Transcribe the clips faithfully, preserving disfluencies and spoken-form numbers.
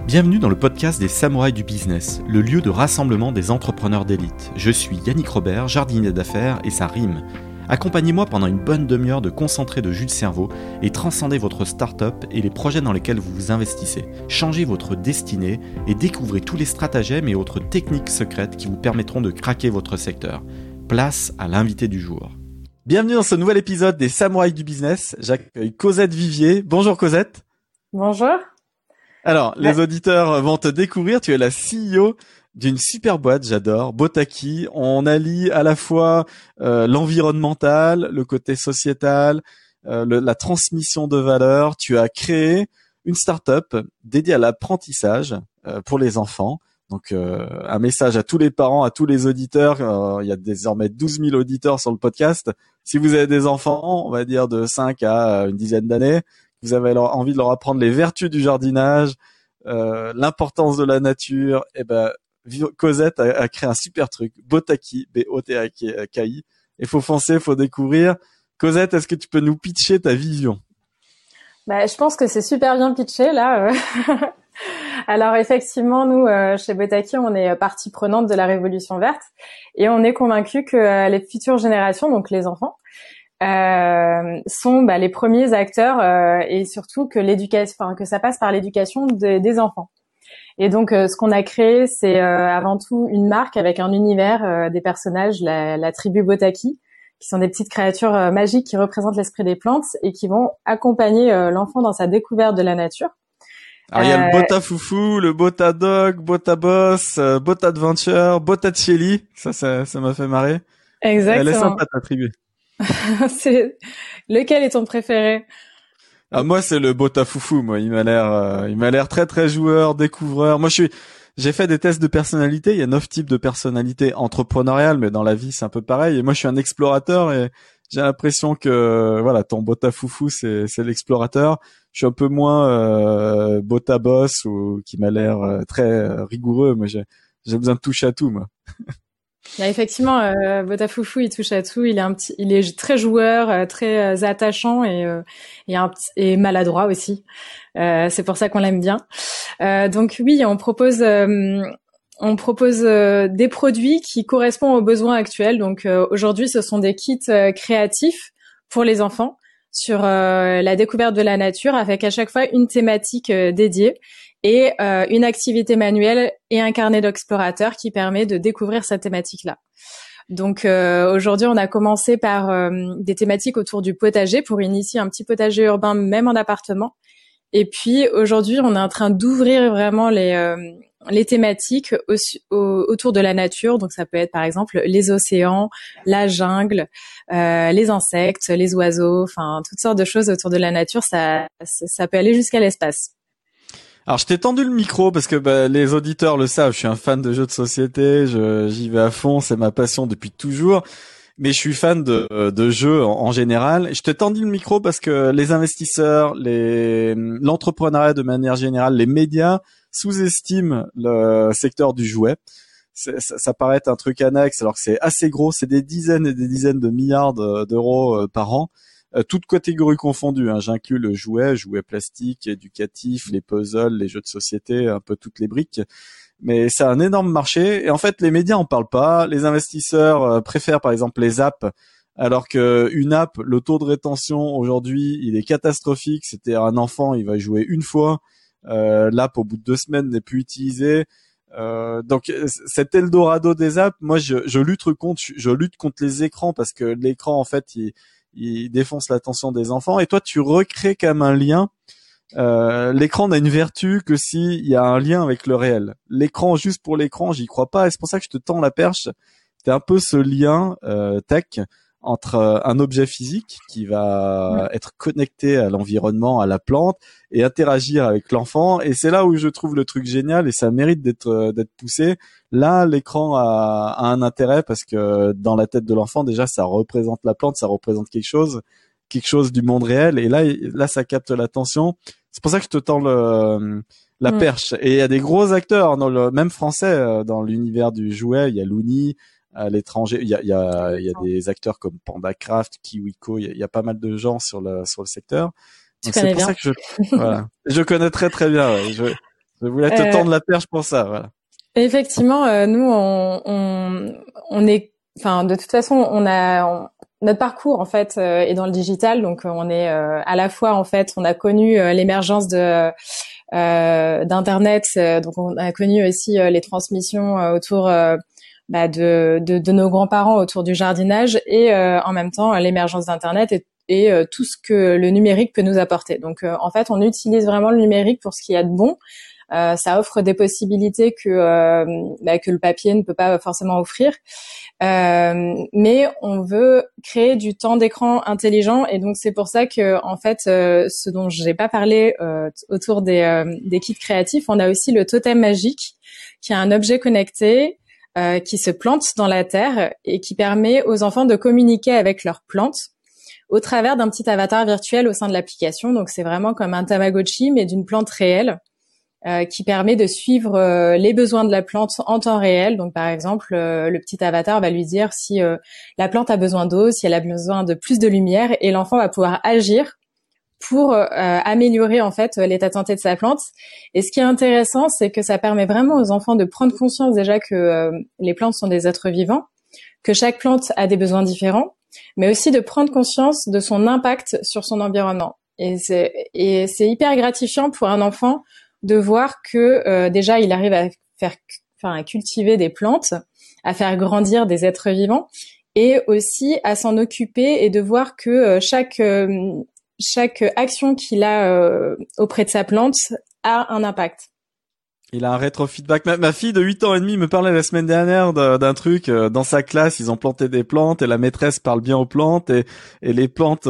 Bienvenue dans le podcast des Samouraïs du Business, le lieu de rassemblement des entrepreneurs d'élite. Je suis Yannick Robert, jardinier d'affaires, et ça rime. Accompagnez-moi pendant une bonne demi-heure de concentré de jus de cerveau et transcendez votre start-up et les projets dans lesquels vous vous investissez. Changez votre destinée et découvrez tous les stratagèmes et autres techniques secrètes qui vous permettront de craquer votre secteur. Place à l'invité du jour. Bienvenue dans ce nouvel épisode des Samouraïs du Business. J'accueille Cosette Vivier. Bonjour Cosette. Bonjour. Alors, les ouais. auditeurs vont te découvrir. Tu es la C E O d'une super boîte, j'adore, Botaki. On allie à la fois euh, l'environnemental, le côté sociétal, euh, le, la transmission de valeurs. Tu as créé une start-up dédiée à l'apprentissage euh, pour les enfants. Donc, euh, un message à tous les parents, à tous les auditeurs. Euh, il y a désormais douze mille auditeurs sur le podcast. Si vous avez des enfants, on va dire de cinq à une dizaine d'années, vous avez envie de leur apprendre les vertus du jardinage, euh, l'importance de la nature, et ben Cosette a, a créé un super truc, Botaki, B O T A K I. Il faut foncer, faut découvrir. Cosette, est-ce que tu peux nous pitcher ta vision? Bah, je pense que c'est super bien pitché là. Alors effectivement, nous euh, chez Botaki, on est partie prenante de la révolution verte et on est convaincus que euh, les futures générations, donc les enfants, euh, sont bah, les premiers acteurs euh, et surtout que l'éducation, enfin que ça passe par l'éducation de, des enfants. Et donc euh, ce qu'on a créé, c'est euh, avant tout une marque avec un univers, euh, des personnages, la, la tribu Botaki, qui sont des petites créatures euh, magiques qui représentent l'esprit des plantes et qui vont accompagner euh, l'enfant dans sa découverte de la nature. Alors il y a euh... le Bota Foufou, le Bota Dog, Bota Boss, euh, Bota Adventure, Bota Chili. Ça, ça, ça m'a fait marrer. Exactement. Elle est sympa ta tribu. C'est... Lequel est ton préféré? Ah, moi, c'est le Bota Foufou, moi. Il m'a l'air, euh, il m'a l'air très, très joueur, découvreur. Moi, je suis, j'ai fait des tests de personnalité. Il y a neuf types de personnalités entrepreneuriales, mais dans la vie, c'est un peu pareil. Et moi, je suis un explorateur et j'ai l'impression que, voilà, ton Bota Foufou, c'est, c'est l'explorateur. Je suis un peu moins, euh, Bota Boss ou qui m'a l'air euh, très euh, rigoureux. Moi, j'ai, j'ai besoin de touche à tout, moi. Là, effectivement, euh, Bota Foufou, il touche à tout. Il est un petit, il est très joueur, euh, très euh, attachant et euh, et, un petit, et maladroit aussi. Euh, c'est pour ça qu'on l'aime bien. Euh, donc oui, on propose, euh, on propose euh, des produits qui correspondent aux besoins actuels. Donc euh, aujourd'hui, ce sont des kits euh, créatifs pour les enfants sur euh, la découverte de la nature, avec à chaque fois une thématique euh, dédiée. Et euh, une activité manuelle et un carnet d'explorateur qui permet de découvrir cette thématique-là. Donc euh, aujourd'hui, on a commencé par euh, des thématiques autour du potager pour initier un petit potager urbain même en appartement. Et puis aujourd'hui, on est en train d'ouvrir vraiment les euh, les thématiques au, au, autour de la nature. Donc ça peut être par exemple les océans, la jungle, euh, les insectes, les oiseaux, enfin toutes sortes de choses autour de la nature. Ça ça, ça peut aller jusqu'à l'espace. Alors, je t'ai tendu le micro parce que bah, les auditeurs le savent, je suis un fan de jeux de société, je, j'y vais à fond, c'est ma passion depuis toujours, mais je suis fan de, de jeux en, en général. Je t'ai tendu le micro parce que les investisseurs, les, l'entrepreneuriat de manière générale, les médias sous-estiment le secteur du jouet. C'est, ça, ça paraît être un truc annexe alors que c'est assez gros, c'est des dizaines et des dizaines de milliards de, d'euros par an. Euh, toutes catégories confondues, hein. J'inclus le jouet, jouet plastique, éducatif, les puzzles, les jeux de société, un peu toutes les briques. Mais c'est un énorme marché et en fait les médias en parlent pas. Les investisseurs euh, préfèrent par exemple les apps, alors que une app, le taux de rétention aujourd'hui, il est catastrophique. C'était un enfant, il va jouer une fois. Euh, l'app au bout de deux semaines n'est plus utilisée. Euh, donc cet Eldorado des apps, moi je, je lutte contre, je lutte contre les écrans parce que l'écran en fait il il défonce l'attention des enfants. Et toi, tu recrées quand même un lien. Euh, l'écran n'a une vertu que si il y a un lien avec le réel. L'écran, juste pour l'écran, j'y crois pas. Et c'est pour ça que je te tends la perche. C'est un peu ce lien euh, tech entre euh, un objet physique qui va être connecté à l'environnement, à la plante, et interagir avec l'enfant. Et c'est là où je trouve le truc génial et ça mérite d'être euh, d'être poussé. Là, l'écran a, a un intérêt parce que dans la tête de l'enfant, déjà, ça représente la plante, ça représente quelque chose, quelque chose du monde réel. Et là, là, ça capte l'attention. C'est pour ça que je te tends le, la mmh. perche. Et il y a des gros acteurs, dans le, même français, dans l'univers du jouet. Il y a Looney. À l'étranger, il y a, il y a, il y a des acteurs comme PandaCraft, Kiwiko, il y a, il y a pas mal de gens sur le sur le secteur. Tu Donc connais c'est pour bien. ça que je, voilà, je connais très très bien. Ouais. Je, Je voulais te Euh, tendre la perche pour ça, voilà. Effectivement, euh, nous, on, on, on est, enfin, de toute façon, on a on- notre parcours en fait euh, est dans le digital, donc euh, on est euh, à la fois en fait, on a connu euh, l'émergence de euh, d'internet, euh, donc on a connu aussi euh, les transmissions euh, autour euh, bah, de, de de nos grands-parents autour du jardinage et euh, en même temps l'émergence d'internet et et euh, tout ce que le numérique peut nous apporter. Donc euh, en fait, on utilise vraiment le numérique pour ce qu'il y a de bon. Euh, ça offre des possibilités que euh, bah, que le papier ne peut pas forcément offrir. Euh, mais on veut créer du temps d'écran intelligent et donc c'est pour ça que en fait, euh, ce dont j'ai pas parlé euh, autour des euh, des kits créatifs, on a aussi le totem magique, qui est un objet connecté euh, qui se plante dans la terre et qui permet aux enfants de communiquer avec leurs plantes au travers d'un petit avatar virtuel au sein de l'application. Donc c'est vraiment comme un Tamagotchi mais d'une plante réelle. Euh, qui permet de suivre euh, les besoins de la plante en temps réel. Donc, par exemple, euh, le petit avatar va lui dire si euh, la plante a besoin d'eau, si elle a besoin de plus de lumière, et l'enfant va pouvoir agir pour euh, améliorer en fait l'état de santé de sa plante. Et ce qui est intéressant, c'est que ça permet vraiment aux enfants de prendre conscience déjà que euh, les plantes sont des êtres vivants, que chaque plante a des besoins différents, mais aussi de prendre conscience de son impact sur son environnement. Et c'est, et c'est hyper gratifiant pour un enfant de voir que euh, déjà il arrive à faire, enfin à cultiver des plantes, à faire grandir des êtres vivants, et aussi à s'en occuper et de voir que euh, chaque euh, chaque action qu'il a euh, auprès de sa plante a un impact. Il a un rétro-feedback. Ma, ma fille de huit ans et demi me parlait la semaine dernière d'un, d'un truc. Euh, dans sa classe, ils ont planté des plantes et la maîtresse parle bien aux plantes et, et les plantes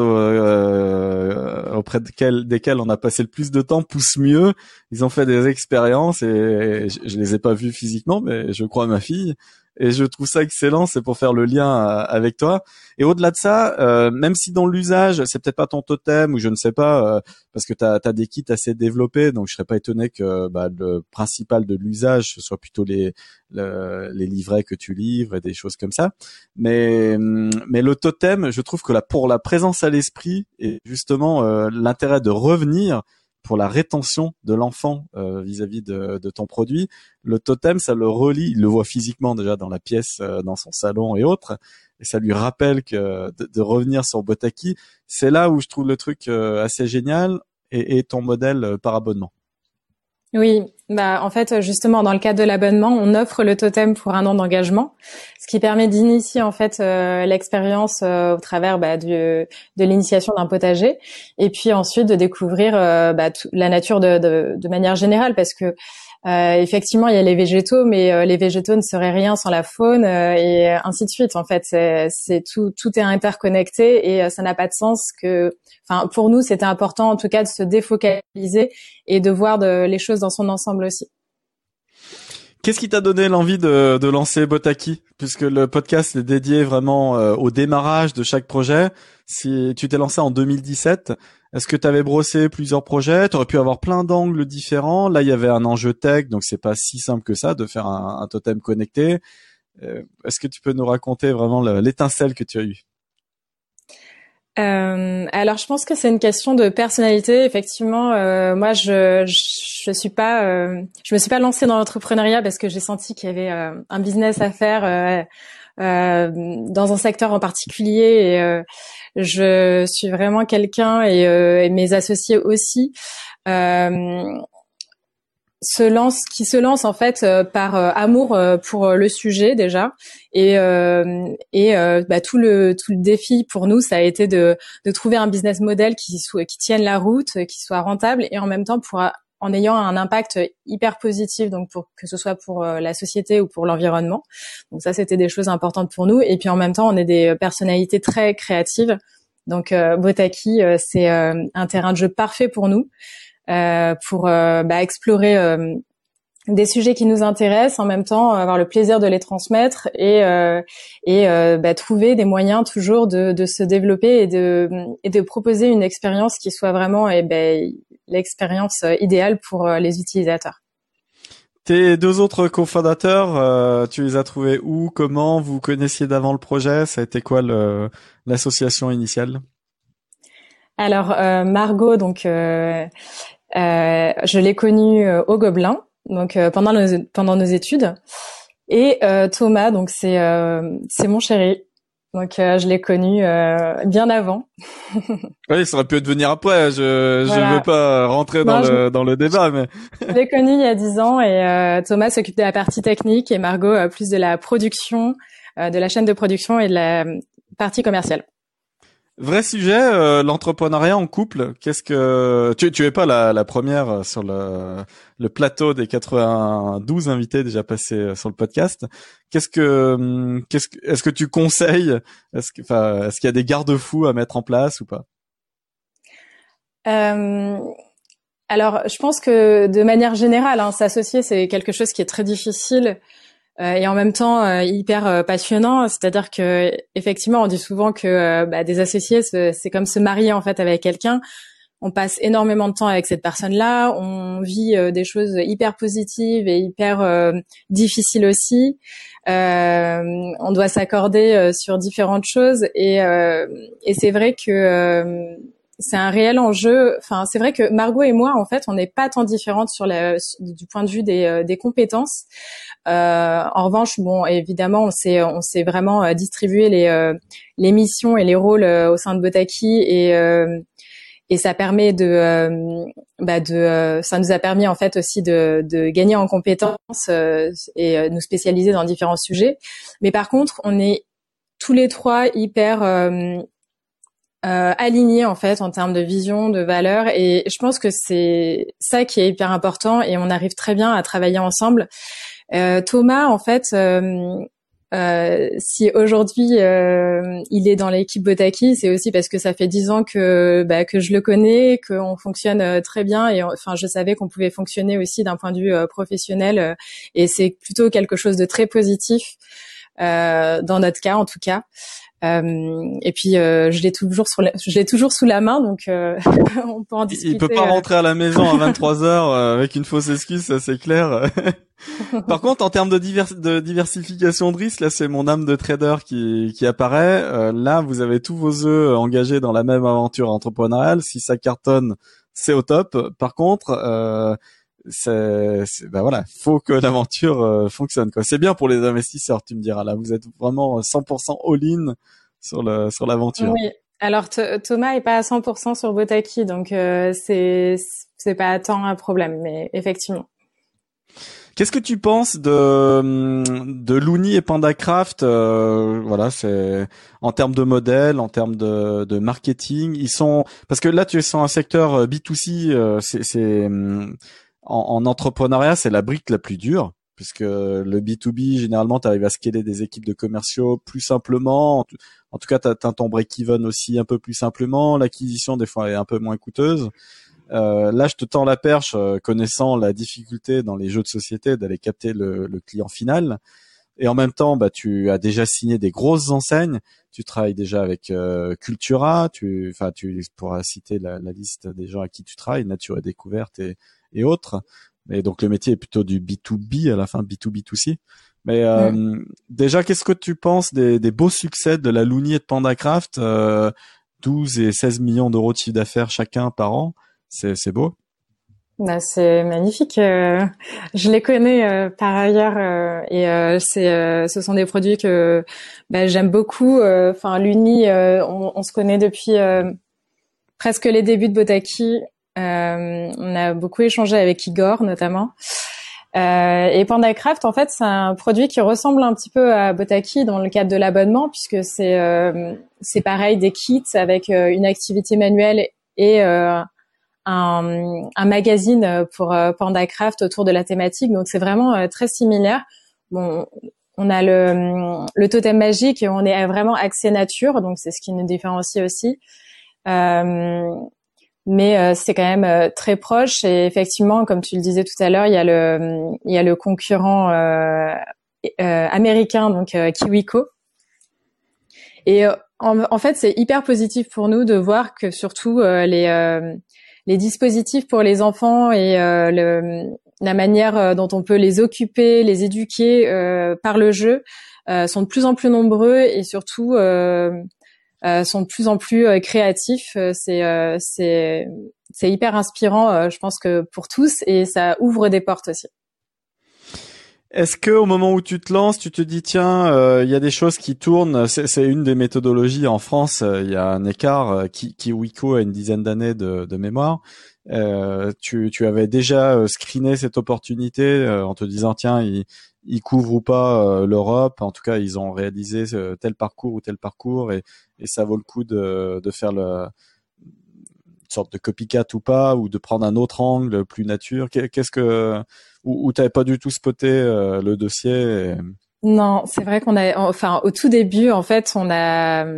euh, auprès desquelles, desquelles on a passé le plus de temps poussent mieux. Ils ont fait des expériences et, et je, je les ai pas vues physiquement, mais je crois à ma fille. Et je trouve ça excellent, c'est pour faire le lien avec toi. Et au-delà de ça, euh, même si dans l'usage, c'est peut-être pas ton totem ou je ne sais pas, euh, parce que tu as des kits assez développés, donc je serais pas étonné que bah, le principal de l'usage ce soit plutôt les le, les livrets que tu livres et des choses comme ça. Mais mais le totem, je trouve que là pour la présence à l'esprit et justement euh, l'intérêt de revenir pour la rétention de l'enfant euh, vis-à-vis de, de ton produit, le totem, ça le relie, il le voit physiquement déjà dans la pièce, euh, dans son salon et autres, et ça lui rappelle que de, de revenir sur Botaki, c'est là où je trouve le truc euh, assez génial et, et ton modèle euh, par abonnement. Oui, bah en fait justement dans le cadre de l'abonnement, on offre le totem pour un an d'engagement, ce qui permet d'initier en fait euh, l'expérience euh, au travers bah, du, de l'initiation d'un potager, et puis ensuite de découvrir euh, bah, tout, la nature de, de, de manière générale, parce que euh, effectivement il y a les végétaux, mais euh, les végétaux ne seraient rien sans la faune euh, et ainsi de suite. En fait, c'est, c'est tout, tout est interconnecté et euh, ça n'a pas de sens que, enfin pour nous c'était important en tout cas de se défocaliser et de voir de, les choses dans son ensemble aussi. Qu'est-ce qui t'a donné l'envie de, de lancer Botaki, puisque le podcast est dédié vraiment euh, au démarrage de chaque projet. Si tu t'es lancé en deux mille dix-sept, est-ce que tu avais brossé plusieurs projets? Tu aurais pu avoir plein d'angles différents. Là, il y avait un enjeu tech, donc c'est pas si simple que ça de faire un, un totem connecté. Euh, est-ce que tu peux nous raconter vraiment le, l'étincelle que tu as eue? Euh, alors, je pense que c'est une question de personnalité. Effectivement, euh, moi, je, je je suis pas, euh, je me suis pas lancée dans l'entrepreneuriat parce que j'ai senti qu'il y avait euh, un business à faire euh, euh, dans un secteur en particulier. Et euh, je suis vraiment quelqu'un et, euh, et mes associés aussi. Euh, se lance qui se lance en fait euh, par euh, amour euh, pour euh, le sujet déjà, et euh, et euh, bah, tout le tout le défi pour nous ça a été de de trouver un business model qui soit qui tienne la route, qui soit rentable et en même temps pour en ayant un impact hyper positif, donc pour que ce soit pour euh, la société ou pour l'environnement. Donc ça c'était des choses importantes pour nous, et puis en même temps on est des personnalités très créatives, donc euh, Botaki euh, c'est euh, un terrain de jeu parfait pour nous. Euh, pour euh, bah, explorer euh, des sujets qui nous intéressent, en même temps avoir le plaisir de les transmettre et euh, et euh, bah, trouver des moyens toujours de, de se développer et de et de proposer une expérience qui soit vraiment eh ben, l'expérience idéale pour les utilisateurs. Tes deux autres cofondateurs, euh, tu les as trouvés où, comment, vous connaissiez d'avant le projet? Ça a été quoi le, l'association initiale? Alors euh, Margot, donc euh, Euh, je l'ai connu euh, au Gobelin, donc euh, pendant nos pendant nos études. Et euh, Thomas, donc c'est euh, c'est mon chéri. Donc euh, je l'ai connu euh, bien avant. Oui, ça aurait pu devenir après. Je je Voilà. veux pas rentrer dans Non, je, le dans le débat, mais je l'ai connu il y a dix ans et euh, Thomas s'occupe de la partie technique et Margot euh, plus de la production, euh, de la chaîne de production et de la euh, partie commerciale. vrai sujet, euh, l'entrepreneuriat en couple. Qu'est-ce que tu tu es pas la la première sur le le plateau des quatre-vingt-douze invités déjà passés sur le podcast. Qu'est-ce que hum, qu'est-ce que est-ce que tu conseilles? Est-ce que enfin est-ce qu'il y a des garde-fous à mettre en place ou pas? Euh, alors, je pense que de manière générale, hein, s'associer, c'est quelque chose qui est très difficile euh, et en même temps euh, hyper euh, passionnant. C'est-à-dire que effectivement, on dit souvent que euh, bah, des associés, c'est, c'est comme se marier en fait avec quelqu'un. On passe énormément de temps avec cette personne-là. On vit euh, des choses hyper positives et hyper euh, difficiles aussi. Euh, on doit s'accorder euh, sur différentes choses et, euh, et c'est vrai que euh, c'est un réel enjeu. Enfin, c'est vrai que Margot et moi, en fait, on n'est pas tant différentes sur la, du point de vue des, euh, des compétences. Euh, en revanche, bon, évidemment, on s'est, on s'est vraiment euh, distribué les, euh, les missions et les rôles euh, au sein de Botaki et euh, et ça permet de, euh, bah de, euh, ça nous a permis en fait aussi de, de gagner en compétences euh, et euh, nous spécialiser dans différents sujets. Mais par contre, on est tous les trois hyper euh, euh, alignés en fait en termes de vision, de valeurs, et je pense que c'est ça qui est hyper important et on arrive très bien à travailler ensemble. Euh, Thomas, en fait. Euh, Euh, si aujourd'hui euh, il est dans l'équipe Botaki, c'est aussi parce que ça fait dix ans que bah, que je le connais, qu'on fonctionne euh, très bien et enfin je savais qu'on pouvait fonctionner aussi d'un point de vue euh, professionnel euh, et c'est plutôt quelque chose de très positif euh, dans notre cas en tout cas. Euh, et puis euh, je l'ai toujours sur la, je l'ai toujours sous la main donc euh, on peut en discuter. Il peut pas euh. rentrer à la maison à vingt-trois heures euh, avec une fausse excuse, ça c'est clair. Par contre, en termes de, divers, de diversification de risque, là, c'est mon âme de trader qui, qui apparaît. Euh, là, vous avez tous vos œufs engagés dans la même aventure entrepreneuriale. Si ça cartonne, c'est au top. Par contre, euh, c'est, c'est, ben voilà, faut que l'aventure euh, fonctionne, quoi. C'est bien pour les investisseurs, tu me diras. Là, vous êtes vraiment cent pour cent all-in sur le sur l'aventure. Oui. Alors Th- Thomas est pas à cent pour cent sur Botaki, donc euh, c'est c'est pas tant un problème, mais effectivement. Qu'est-ce que tu penses de de Looney et PandaCraft euh, Voilà, c'est en termes de modèle, en termes de de marketing, ils sont parce que là tu es sur un secteur B deux C, euh, c'est c'est en, en entrepreneuriat, c'est la brique la plus dure puisque le B deux B généralement tu arrives à scaler des équipes de commerciaux plus simplement. En tout, en tout cas, tu atteins ton break-even aussi un peu plus simplement, l'acquisition des fois est un peu moins coûteuse. Euh, là, je te tends la perche, euh, connaissant la difficulté dans les jeux de société d'aller capter le, le client final. Et en même temps, bah, tu as déjà signé des grosses enseignes. Tu travailles déjà avec euh, Cultura. Tu, enfin, tu pourras citer la, la liste des gens à qui tu travailles, Nature et Découverte et, et autres. Mais donc le métier est plutôt du B deux B à la fin, B deux B deux C. Mais euh, Mm. déjà, qu'est-ce que tu penses des, des beaux succès de la Looney et de PandaCraft, euh, douze et seize millions d'euros de chiffre d'affaires chacun par an? C'est, c'est beau. Bah, c'est magnifique. Euh, je les connais euh, par ailleurs euh, et euh, c'est, euh, ce sont des produits que bah, j'aime beaucoup. Enfin, l'Uni, euh, on, on se connaît depuis euh, presque les débuts de Botaki. Euh, on a beaucoup échangé avec Igor notamment. Euh, et PandaCraft, en fait, c'est un produit qui ressemble un petit peu à Botaki dans le cadre de l'abonnement, puisque c'est euh, c'est pareil, des kits avec euh, une activité manuelle et euh, un, un magazine pour euh, PandaCraft autour de la thématique. Donc c'est vraiment euh, très similaire. Bon, on a le, le totem magique et on est vraiment axé nature, donc c'est ce qui nous différencie aussi. Euh, mais euh, c'est quand même euh, très proche et effectivement, comme tu le disais tout à l'heure, il y a le il y a le concurrent euh, euh, américain, donc euh, KiwiCo. Et euh, en, en fait, c'est hyper positif pour nous de voir que surtout euh, les euh, les dispositifs pour les enfants et euh, le, la manière dont on peut les occuper, les éduquer euh, par le jeu euh, sont de plus en plus nombreux et surtout euh, euh, sont de plus en plus euh, créatifs. C'est euh, c'est c'est hyper inspirant, euh, je pense que pour tous, et ça ouvre des portes aussi. Est-ce que au moment où tu te lances, tu te dis tiens, euh, il y a des choses qui tournent. C'est, c'est une des méthodologies en France. euh, Il y a un écart euh, qui, qui Wiko a une dizaine d'années de, de mémoire. Euh, tu, tu avais déjà euh, screené cette opportunité euh, en te disant tiens, ils, ils couvrent ou pas euh, l'Europe. En tout cas, ils ont réalisé euh, tel parcours ou tel parcours et, et ça vaut le coup de, de faire le une sorte de copycat ou pas, ou de prendre un autre angle plus nature. Qu'est-ce que ou, ou t'avais pas du tout spoté euh, le dossier et... Non, c'est vrai qu'on a, enfin, au tout début, en fait, on a,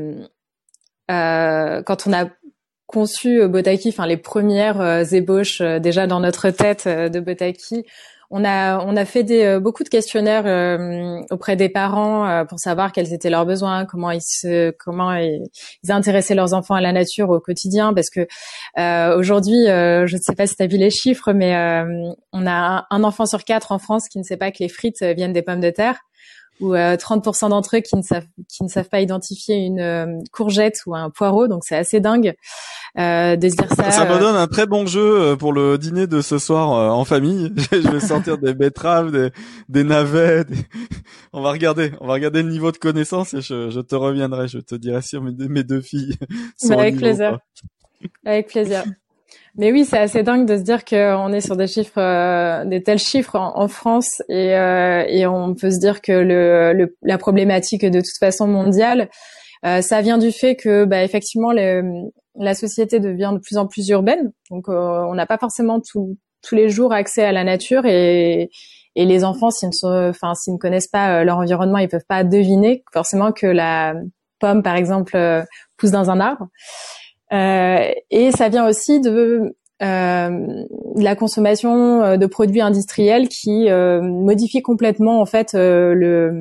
euh, quand on a conçu Botaki, enfin, les premières euh, ébauches euh, déjà dans notre tête euh, de Botaki, on a, on a fait des, euh, beaucoup de questionnaires euh, auprès des parents euh, pour savoir quels étaient leurs besoins, comment ils se, comment ils, ils intéressaient leurs enfants à la nature au quotidien, parce que euh, aujourd'hui, euh, je ne sais pas si tu as vu les chiffres, mais euh, on a un, un enfant sur quatre en France qui ne sait pas que les frites viennent des pommes de terre, ou euh, trente pour cent d'entre eux qui ne savent qui ne savent pas identifier une euh, courgette ou un poireau, donc c'est assez dingue euh, de se dire ça. Ça me euh... donne un très bon jeu pour le dîner de ce soir euh, en famille. Je vais sortir des betteraves, des, des navets. Des... On va regarder, on va regarder le niveau de connaissance et je, je te reviendrai. Je te dirai si mes, mes deux filles sont bah, au avec niveau. plaisir. Avec plaisir. Mais oui, c'est assez dingue de se dire qu'on est sur des chiffres, euh, des tels chiffres en, en France, et, euh, et on peut se dire que le, le, la problématique de toute façon mondiale, euh, ça vient du fait que, bah, effectivement, le, la société devient de plus en plus urbaine. Donc, euh, on n'a pas forcément tout, tous les jours accès à la nature, et, et les enfants, s'ils ne sont, enfin, s'ils ne connaissent pas leur environnement, ils peuvent pas deviner forcément que la pomme, par exemple, euh, pousse dans un arbre. Euh, et ça vient aussi de, euh, de la consommation de produits industriels qui euh, modifient complètement en fait euh, le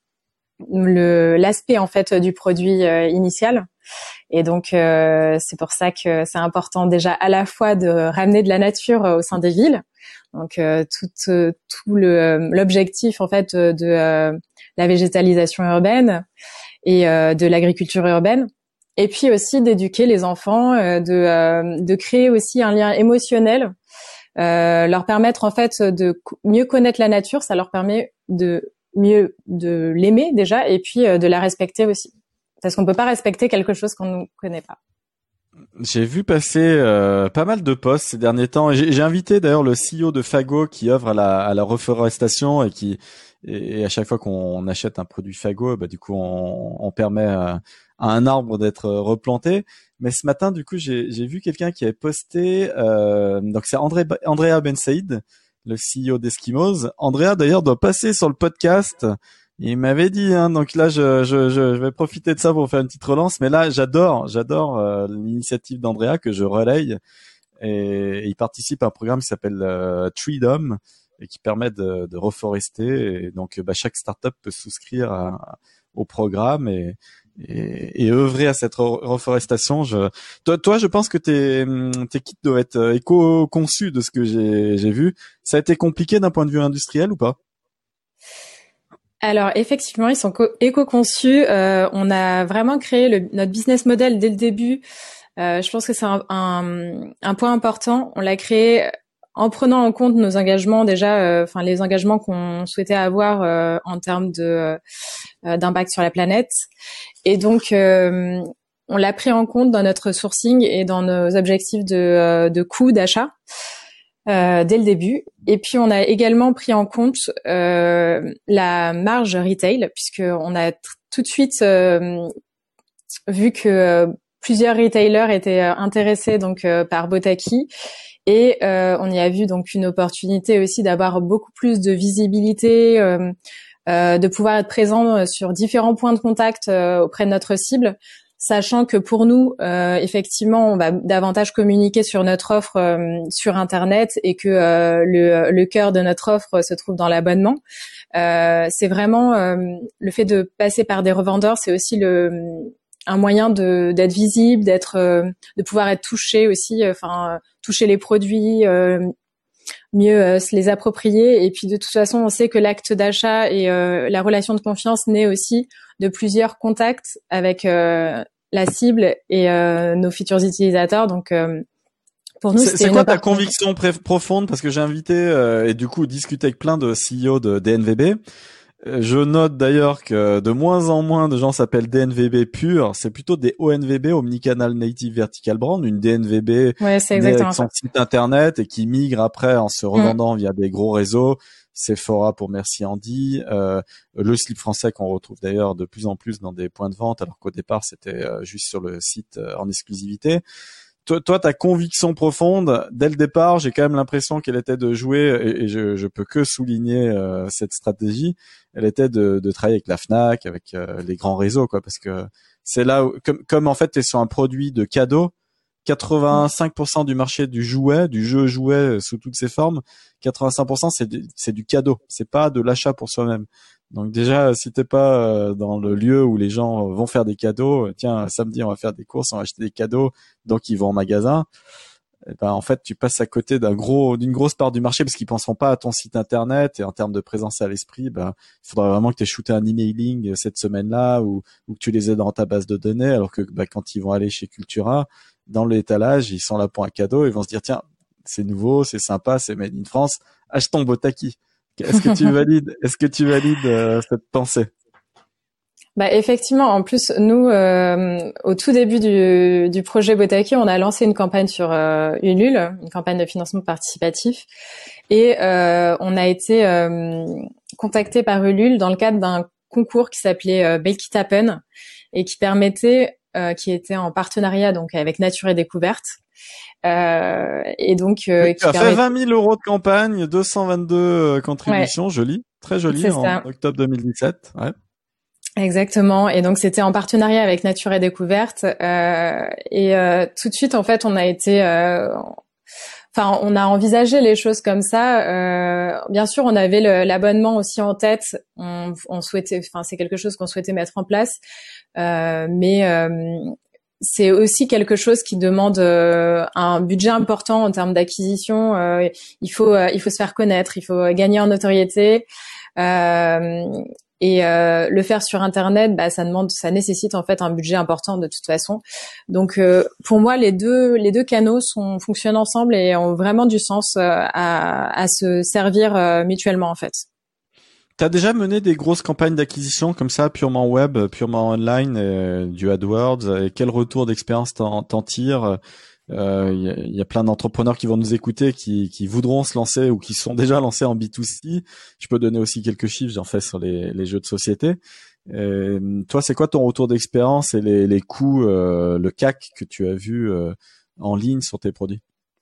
le l'aspect en fait du produit euh, initial. Et donc euh, c'est pour ça que c'est important déjà à la fois de ramener de la nature au sein des villes. Donc euh, tout tout le l'objectif en fait de euh, la végétalisation urbaine et euh, de l'agriculture urbaine. Et puis aussi d'éduquer les enfants, euh, de, euh, de créer aussi un lien émotionnel, euh, leur permettre en fait de mieux connaître la nature. Ça leur permet de mieux de l'aimer déjà, et puis euh, de la respecter aussi, parce qu'on peut pas respecter quelque chose qu'on ne connaît pas. J'ai vu passer euh, pas mal de posts ces derniers temps. J'ai, j'ai invité d'ailleurs le C E O de Fago qui œuvre à la, à la reforestation et qui et, et à chaque fois qu'on achète un produit Fago, bah du coup on, on permet à, à un arbre d'être replanté. Mais ce matin, du coup, j'ai, j'ai vu quelqu'un qui avait posté. Euh, donc c'est André, Andrea Ben Saïd, le C E O d'Eskimos. Andrea d'ailleurs doit passer sur le podcast. Il m'avait dit, hein, donc là, je, je, je vais profiter de ça pour faire une petite relance. Mais là, j'adore, j'adore euh, l'initiative d'Andrea que je relaye. Et, et il participe à un programme qui s'appelle euh, Treedom et qui permet de, de reforester. Et donc, bah, chaque startup peut souscrire à, au programme et, et, et œuvrer à cette reforestation. Je, toi, toi, je pense que tes, tes kits doivent être éco-conçus de ce que j'ai, j'ai vu. Ça a été compliqué d'un point de vue industriel ou pas? Alors effectivement, ils sont éco-conçus. Euh, on a vraiment créé le, notre business model dès le début. Euh, je pense que c'est un, un, un point important. On l'a créé en prenant en compte nos engagements déjà, enfin euh, les engagements qu'on souhaitait avoir euh, en termes de euh, d'impact sur la planète. Et donc euh, on l'a pris en compte dans notre sourcing et dans nos objectifs de, euh, de coût d'achat. Euh, dès le début. Et puis on a également pris en compte euh, la marge retail, puisque on a t- tout de suite euh, vu que euh, plusieurs retailers étaient euh, intéressés donc euh, par Botaki, et euh, on y a vu donc une opportunité aussi d'avoir beaucoup plus de visibilité, euh, euh, de pouvoir être présent sur différents points de contact euh, auprès de notre cible. Sachant que pour nous, euh, effectivement, on va davantage communiquer sur notre offre euh, sur Internet, et que euh, le, le cœur de notre offre se trouve dans l'abonnement. Euh, c'est vraiment euh, le fait de passer par des revendeurs, c'est aussi le un moyen de d'être visible, d'être, euh, de pouvoir être touché aussi, enfin euh, toucher les produits. Euh, mieux euh, se les approprier. Et puis de toute façon, on sait que l'acte d'achat et euh, la relation de confiance naît aussi de plusieurs contacts avec euh, la cible et euh, nos futurs utilisateurs. Donc euh, pour nous, c'est, c'est quoi ta conviction pré- profonde? Parce que j'ai invité euh, et du coup discuté avec plein de C E O de D N V B. Je note d'ailleurs que de moins en moins de gens s'appellent D N V B pur. C'est plutôt des O N V B, Omnicanal Native Vertical Brand, une D N V B ouais, c'est née avec exactement son ça. site internet et qui migre après en se revendant Mm. via des gros réseaux. Sephora pour Merci Andy, euh, le slip français qu'on retrouve d'ailleurs de plus en plus dans des points de vente, alors qu'au départ c'était euh, juste sur le site euh, en exclusivité. Toi, toi, ta conviction profonde, dès le départ, j'ai quand même l'impression qu'elle était de jouer, et, et je, je peux que souligner euh, cette stratégie, elle était de, de travailler avec la Fnac, avec euh, les grands réseaux, quoi, parce que c'est là où, comme, comme en fait, tu es sur un produit de cadeau, quatre-vingt-cinq pour cent du marché du jouet, du jeu jouet sous toutes ses formes, quatre-vingt-cinq pour cent c'est du, c'est du cadeau, c'est pas de l'achat pour soi-même. Donc déjà, si t'es pas euh, dans le lieu où les gens vont faire des cadeaux, tiens, samedi on va faire des courses, on va acheter des cadeaux, donc ils vont en magasin. Et ben en fait, tu passes à côté d'un gros, d'une grosse part du marché parce qu'ils penseront pas à ton site internet et en termes de présence à l'esprit, ben il faudra vraiment que tu aies shooté un emailing cette semaine-là ou, ou que tu les aies dans ta base de données, alors que ben, quand ils vont aller chez Cultura, dans l'étalage, ils sont là pour un cadeau, ils vont se dire tiens, c'est nouveau, c'est sympa, c'est made in France, achetons Botaki. Est-ce que tu valides, est-ce que tu valides euh, cette pensée? Bah effectivement, en plus nous euh, au tout début du, du projet Botaki, on a lancé une campagne sur euh, Ulule, une campagne de financement participatif, et euh, on a été euh, contacté par Ulule dans le cadre d'un concours qui s'appelait euh, Make It Happen et qui permettait, euh, qui était en partenariat donc avec Nature et Découverte. Euh, et donc euh, Oui, tu qui as permet... fait vingt mille euros de campagne, deux cent vingt-deux euh, Ouais, contributions, joli, très joli, c'est en ça. octobre deux mille dix-sept. Ouais. Exactement. Et donc c'était en partenariat avec Nature et Découverte. Euh, et euh, tout de suite, en fait, on a été, euh, enfin, on a envisagé les choses comme ça. Euh, bien sûr, on avait le, l'abonnement aussi en tête. On, on souhaitait, enfin, c'est quelque chose qu'on souhaitait mettre en place. Euh, mais euh, c'est aussi quelque chose qui demande euh, un budget important en termes d'acquisition. Euh, il faut, euh, il faut se faire connaître, il faut gagner en notoriété. Euh, et euh, le faire sur Internet, bah, ça demande, ça nécessite en fait un budget important de toute façon. Donc, euh, pour moi, les deux, les deux canaux sont fonctionnent ensemble et ont vraiment du sens euh, à, à se servir euh, mutuellement en fait. T'as déjà mené des grosses campagnes d'acquisition comme ça, purement web, purement online, euh, du AdWords, et quel retour d'expérience t'en, t'en tires? Il euh, y, a, y a plein d'entrepreneurs qui vont nous écouter, qui, qui voudront se lancer ou qui sont déjà lancés en B deux C. Je peux donner aussi quelques chiffres, j'en fais sur les, les jeux de société. Et, toi, c'est quoi ton retour d'expérience et les, les coûts, euh, le C A C que tu as vu euh, en ligne sur tes produits?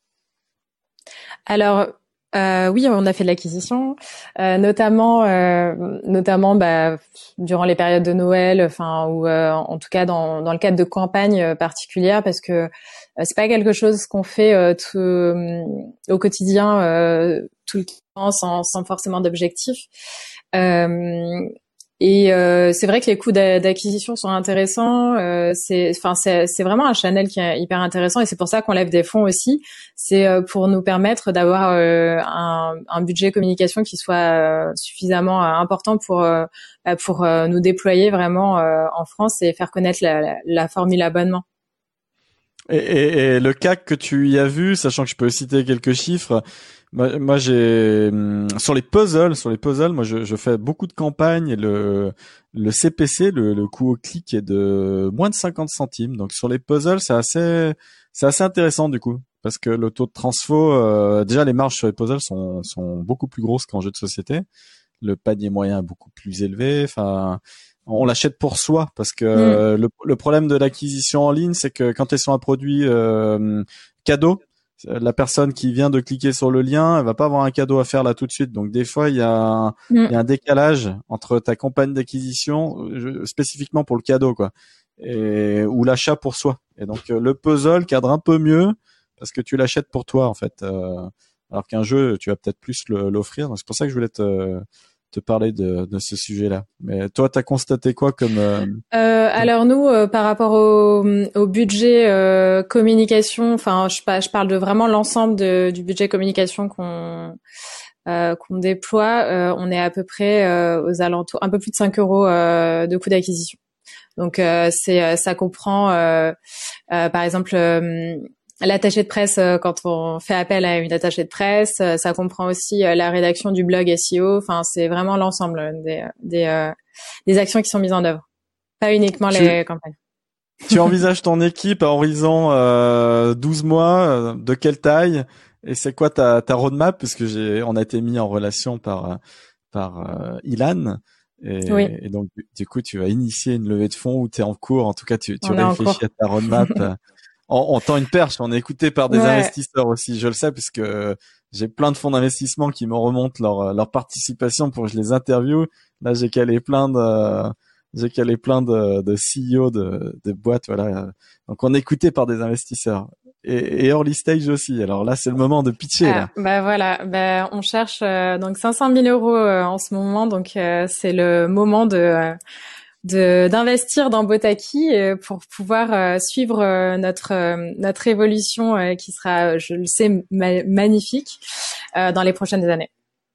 Alors, euh, oui, on a fait de l'acquisition, euh, notamment, euh, notamment bah, durant les périodes de Noël, enfin, ou euh, en tout cas dans, dans le cadre de campagnes particulières, parce que euh, c'est pas quelque chose qu'on fait euh, tout, euh, au quotidien, euh, tout le temps, sans, sans forcément d'objectif. Euh, Et euh, c'est vrai que les coûts d'a- d'acquisition sont intéressants. Euh, c'est, enfin, c'est, c'est vraiment un channel qui est hyper intéressant et c'est pour ça qu'on lève des fonds aussi. C'est euh, pour nous permettre d'avoir euh, un, un budget communication qui soit euh, suffisamment euh, important pour euh, bah, pour euh, nous déployer vraiment euh, en France et faire connaître la, la, la formule abonnement. Et, et, et le C A C que tu y as vu, sachant que je peux citer quelques chiffres, moi, moi j'ai hum, sur les puzzles, sur les puzzles, moi je, je fais beaucoup de campagnes et le le C P C, le, le coût au clic est de moins de cinquante centimes. Donc sur les puzzles, c'est assez c'est assez intéressant du coup parce que le taux de transfo, euh, déjà les marges sur les puzzles sont sont beaucoup plus grosses qu'en jeu de société. Le panier moyen est beaucoup plus élevé. Enfin, on l'achète pour soi parce que Mm. euh, le, le problème de l'acquisition en ligne, c'est que quand elles sont un produit euh, cadeau, la personne qui vient de cliquer sur le lien, elle va pas avoir un cadeau à faire là tout de suite. Donc des fois, il y a un, il y a un Mm. décalage entre ta campagne d'acquisition euh, spécifiquement pour le cadeau, quoi, et ou l'achat pour soi. Et donc euh, le puzzle cadre un peu mieux parce que tu l'achètes pour toi en fait. Euh, alors qu'un jeu, tu vas peut-être plus le- l'offrir. Donc c'est pour ça que je voulais te te parler de, de ce sujet-là. Mais toi, t'as constaté quoi comme, euh, Euh, comme... alors nous, euh, par rapport au, au budget euh, communication, enfin, je, pa- je parle de vraiment l'ensemble de- du budget communication qu'on euh, qu'on déploie. Euh, on est à peu près euh, aux alentours, un peu plus de cinq euros euh, de coût d'acquisition. Donc euh, c'est ça comprend euh, euh, par exemple euh, l'attaché de presse euh, quand on fait appel à une attachée de presse, euh, ça comprend aussi euh, la rédaction du blog S E O. Enfin, c'est vraiment l'ensemble des des, euh, des actions qui sont mises en œuvre, pas uniquement Tu, les campagnes. tu envisages ton équipe à horizon euh, douze mois, euh, de quelle taille? Et c'est quoi ta, ta roadmap? Parce que j'ai, on a été mis en relation par par euh, Ilan. Oui, Et, et donc, du, du coup, tu vas initier une levée de fonds ou tu es en cours. En tout cas, tu, tu on est en réfléchis cours. à ta roadmap. On, on tend une perche, on est écouté par des Ouais. investisseurs aussi, je le sais, puisque j'ai plein de fonds d'investissement qui me remontent leur, leur participation pour que je les interviewe. Là, j'ai calé plein de, j'ai calé plein de, de C E O de, de boîtes, voilà. Donc, on est écouté par des investisseurs. Et, et early stage aussi. Alors là, c'est le moment de pitcher, Ah, là. bah voilà, bah on cherche euh, donc cinq cent mille euros euh, en ce moment, donc euh, c'est le moment de euh, de d'investir dans Botaki euh, pour pouvoir euh, suivre euh, notre euh, notre évolution euh, qui sera, je le sais, ma- magnifique euh, dans les prochaines années.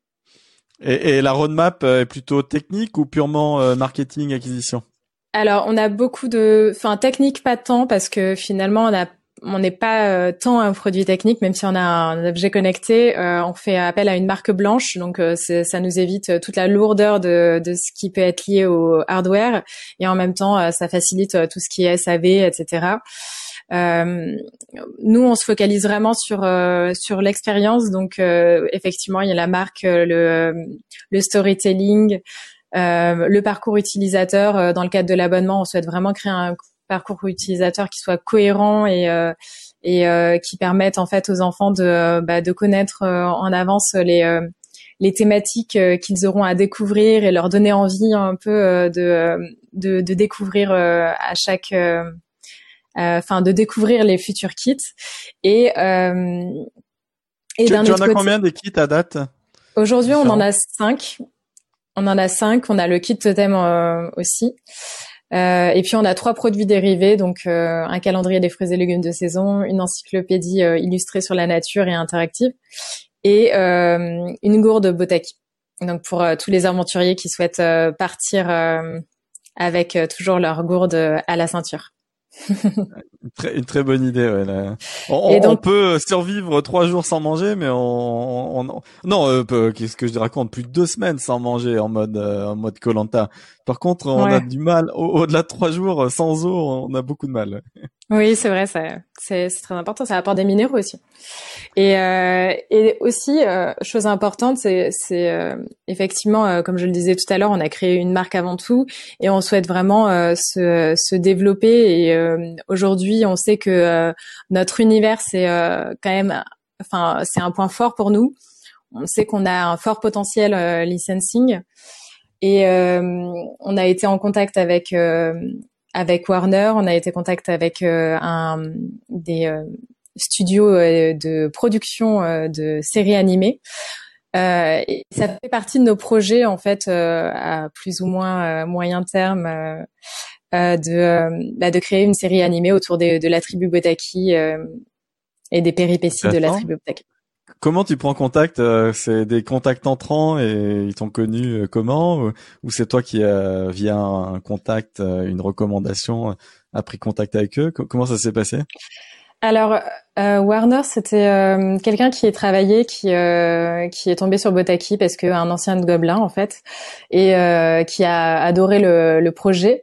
Et, et la roadmap euh, est plutôt technique ou purement euh, marketing acquisition? Alors, on a beaucoup de, enfin, technique pas tant parce que finalement, on a, on n'est pas euh, tant un produit technique, même si on a un objet connecté, euh, on fait appel à une marque blanche, donc euh, c'est, ça nous évite euh, toute la lourdeur de, de ce qui peut être lié au hardware, et en même temps, euh, ça facilite euh, tout ce qui est S A V, et cetera. Euh, nous, on se focalise vraiment sur euh, sur l'expérience, donc euh, effectivement, il y a la marque, euh, le le storytelling. Euh, le parcours utilisateur, euh, dans le cadre de l'abonnement, on souhaite vraiment créer un parcours utilisateur qui soit cohérent et euh, et euh, qui permette en fait aux enfants de bah, de connaître euh, en avance les euh, les thématiques euh, qu'ils auront à découvrir et leur donner envie un peu euh, de, de de découvrir euh, à chaque enfin euh, de découvrir les futurs kits et euh, et Tu, d'un tu en autre as côté, combien des kits à date aujourd'hui on en différents? a cinq. On en a cinq. On a le kit totem euh, aussi. Euh, et puis on a trois produits dérivés, donc euh, un calendrier des fruits et légumes de saison, une encyclopédie euh, illustrée sur la nature et interactive, et euh, une gourde Botaki. Donc pour euh, tous les aventuriers qui souhaitent euh, partir euh, avec euh, toujours leur gourde euh, à la ceinture. Une très, une très bonne idée, ouais, là. On, Et on- on donc peut survivre trois jours sans manger, mais on, on- on- non, euh, peu- qu'est-ce que je raconte, plus de deux semaines sans manger en mode euh, en mode koh. Par contre, on a ouais. du mal au- au-delà de trois jours euh, sans eau, on a beaucoup de mal. Oui, c'est vrai, ça, c'est, c'est très important. Ça apporte des minéraux aussi. Et, euh, et aussi, euh, chose importante, c'est, c'est euh, effectivement, euh, comme je le disais tout à l'heure, on a créé une marque avant tout, et on souhaite vraiment euh, se, se développer. Et euh, aujourd'hui, on sait que euh, notre univers, c'est euh, quand même, enfin, c'est un point fort pour nous. On sait qu'on a un fort potentiel euh, licensing, et euh, on a été en contact avec euh, avec Warner, on a été en contact avec euh, un des euh, studios euh, de production euh, de séries animées. Euh, et ça fait partie de nos projets en fait euh, à plus ou moins euh, moyen terme euh, euh, de euh, bah, de créer une série animée autour des, de la tribu Botaki euh, et des péripéties de la Intéressant. tribu Botaki. Comment tu prends contact? euh, C'est des contacts entrants et ils t'ont connu euh, comment? Ou, ou c'est toi qui, euh, via un contact, euh, une recommandation, euh, a pris contact avec eux? Co- Comment ça s'est passé? Alors, euh, Warner, c'était euh, quelqu'un qui est travaillé, qui euh, qui est tombé sur Botaki parce qu'un ancien de Gobelin en fait, et euh, qui a adoré le, le projet.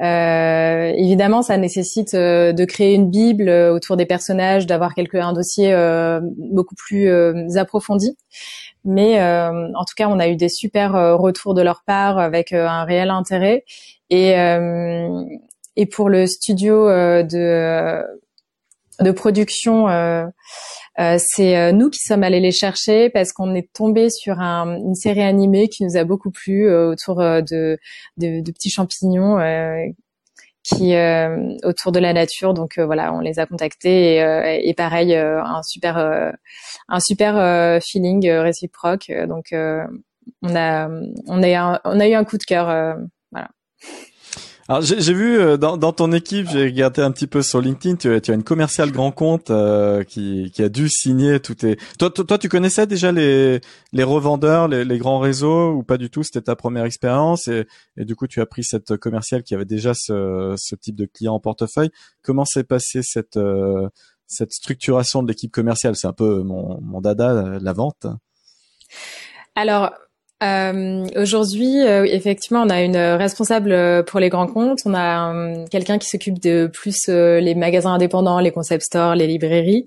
Euh, évidemment, ça nécessite euh, de créer une bible euh, autour des personnages, d'avoir quelque un dossier euh, beaucoup plus euh, approfondi. Mais euh, en tout cas, on a eu des super euh, retours de leur part avec euh, un réel intérêt. Et euh, et pour le studio euh, de de production, euh, euh, c'est euh, nous qui sommes allés les chercher parce qu'on est tombé sur un, une série animée qui nous a beaucoup plu euh, autour euh, de, de, de petits champignons euh, qui euh, autour de la nature. Donc euh, voilà, on les a contactés et, euh, et pareil, euh, un super euh, un super euh, feeling euh, réciproque. Donc euh, on a on a un, on a eu un coup de cœur. Euh, voilà. Alors j'ai, j'ai vu euh, dans, dans ton équipe, j'ai regardé un petit peu sur LinkedIn, tu, as- tu as une commerciale grand compte euh, qui, qui a dû signer tout tes. Toi, toi, toi, tu connaissais déjà les, les revendeurs, les, les grands réseaux ou pas du tout? C'était ta première expérience et, et du coup tu as pris cette commerciale qui avait déjà ce, ce type de client en portefeuille. Comment s'est passée cette euh, cette structuration de l'équipe commerciale? C'est un peu mon, mon dada, la vente. Alors, euh, aujourd'hui, euh, effectivement, on a une responsable pour les grands comptes. On a euh, quelqu'un qui s'occupe de plus euh, les magasins indépendants, les concept stores, les librairies.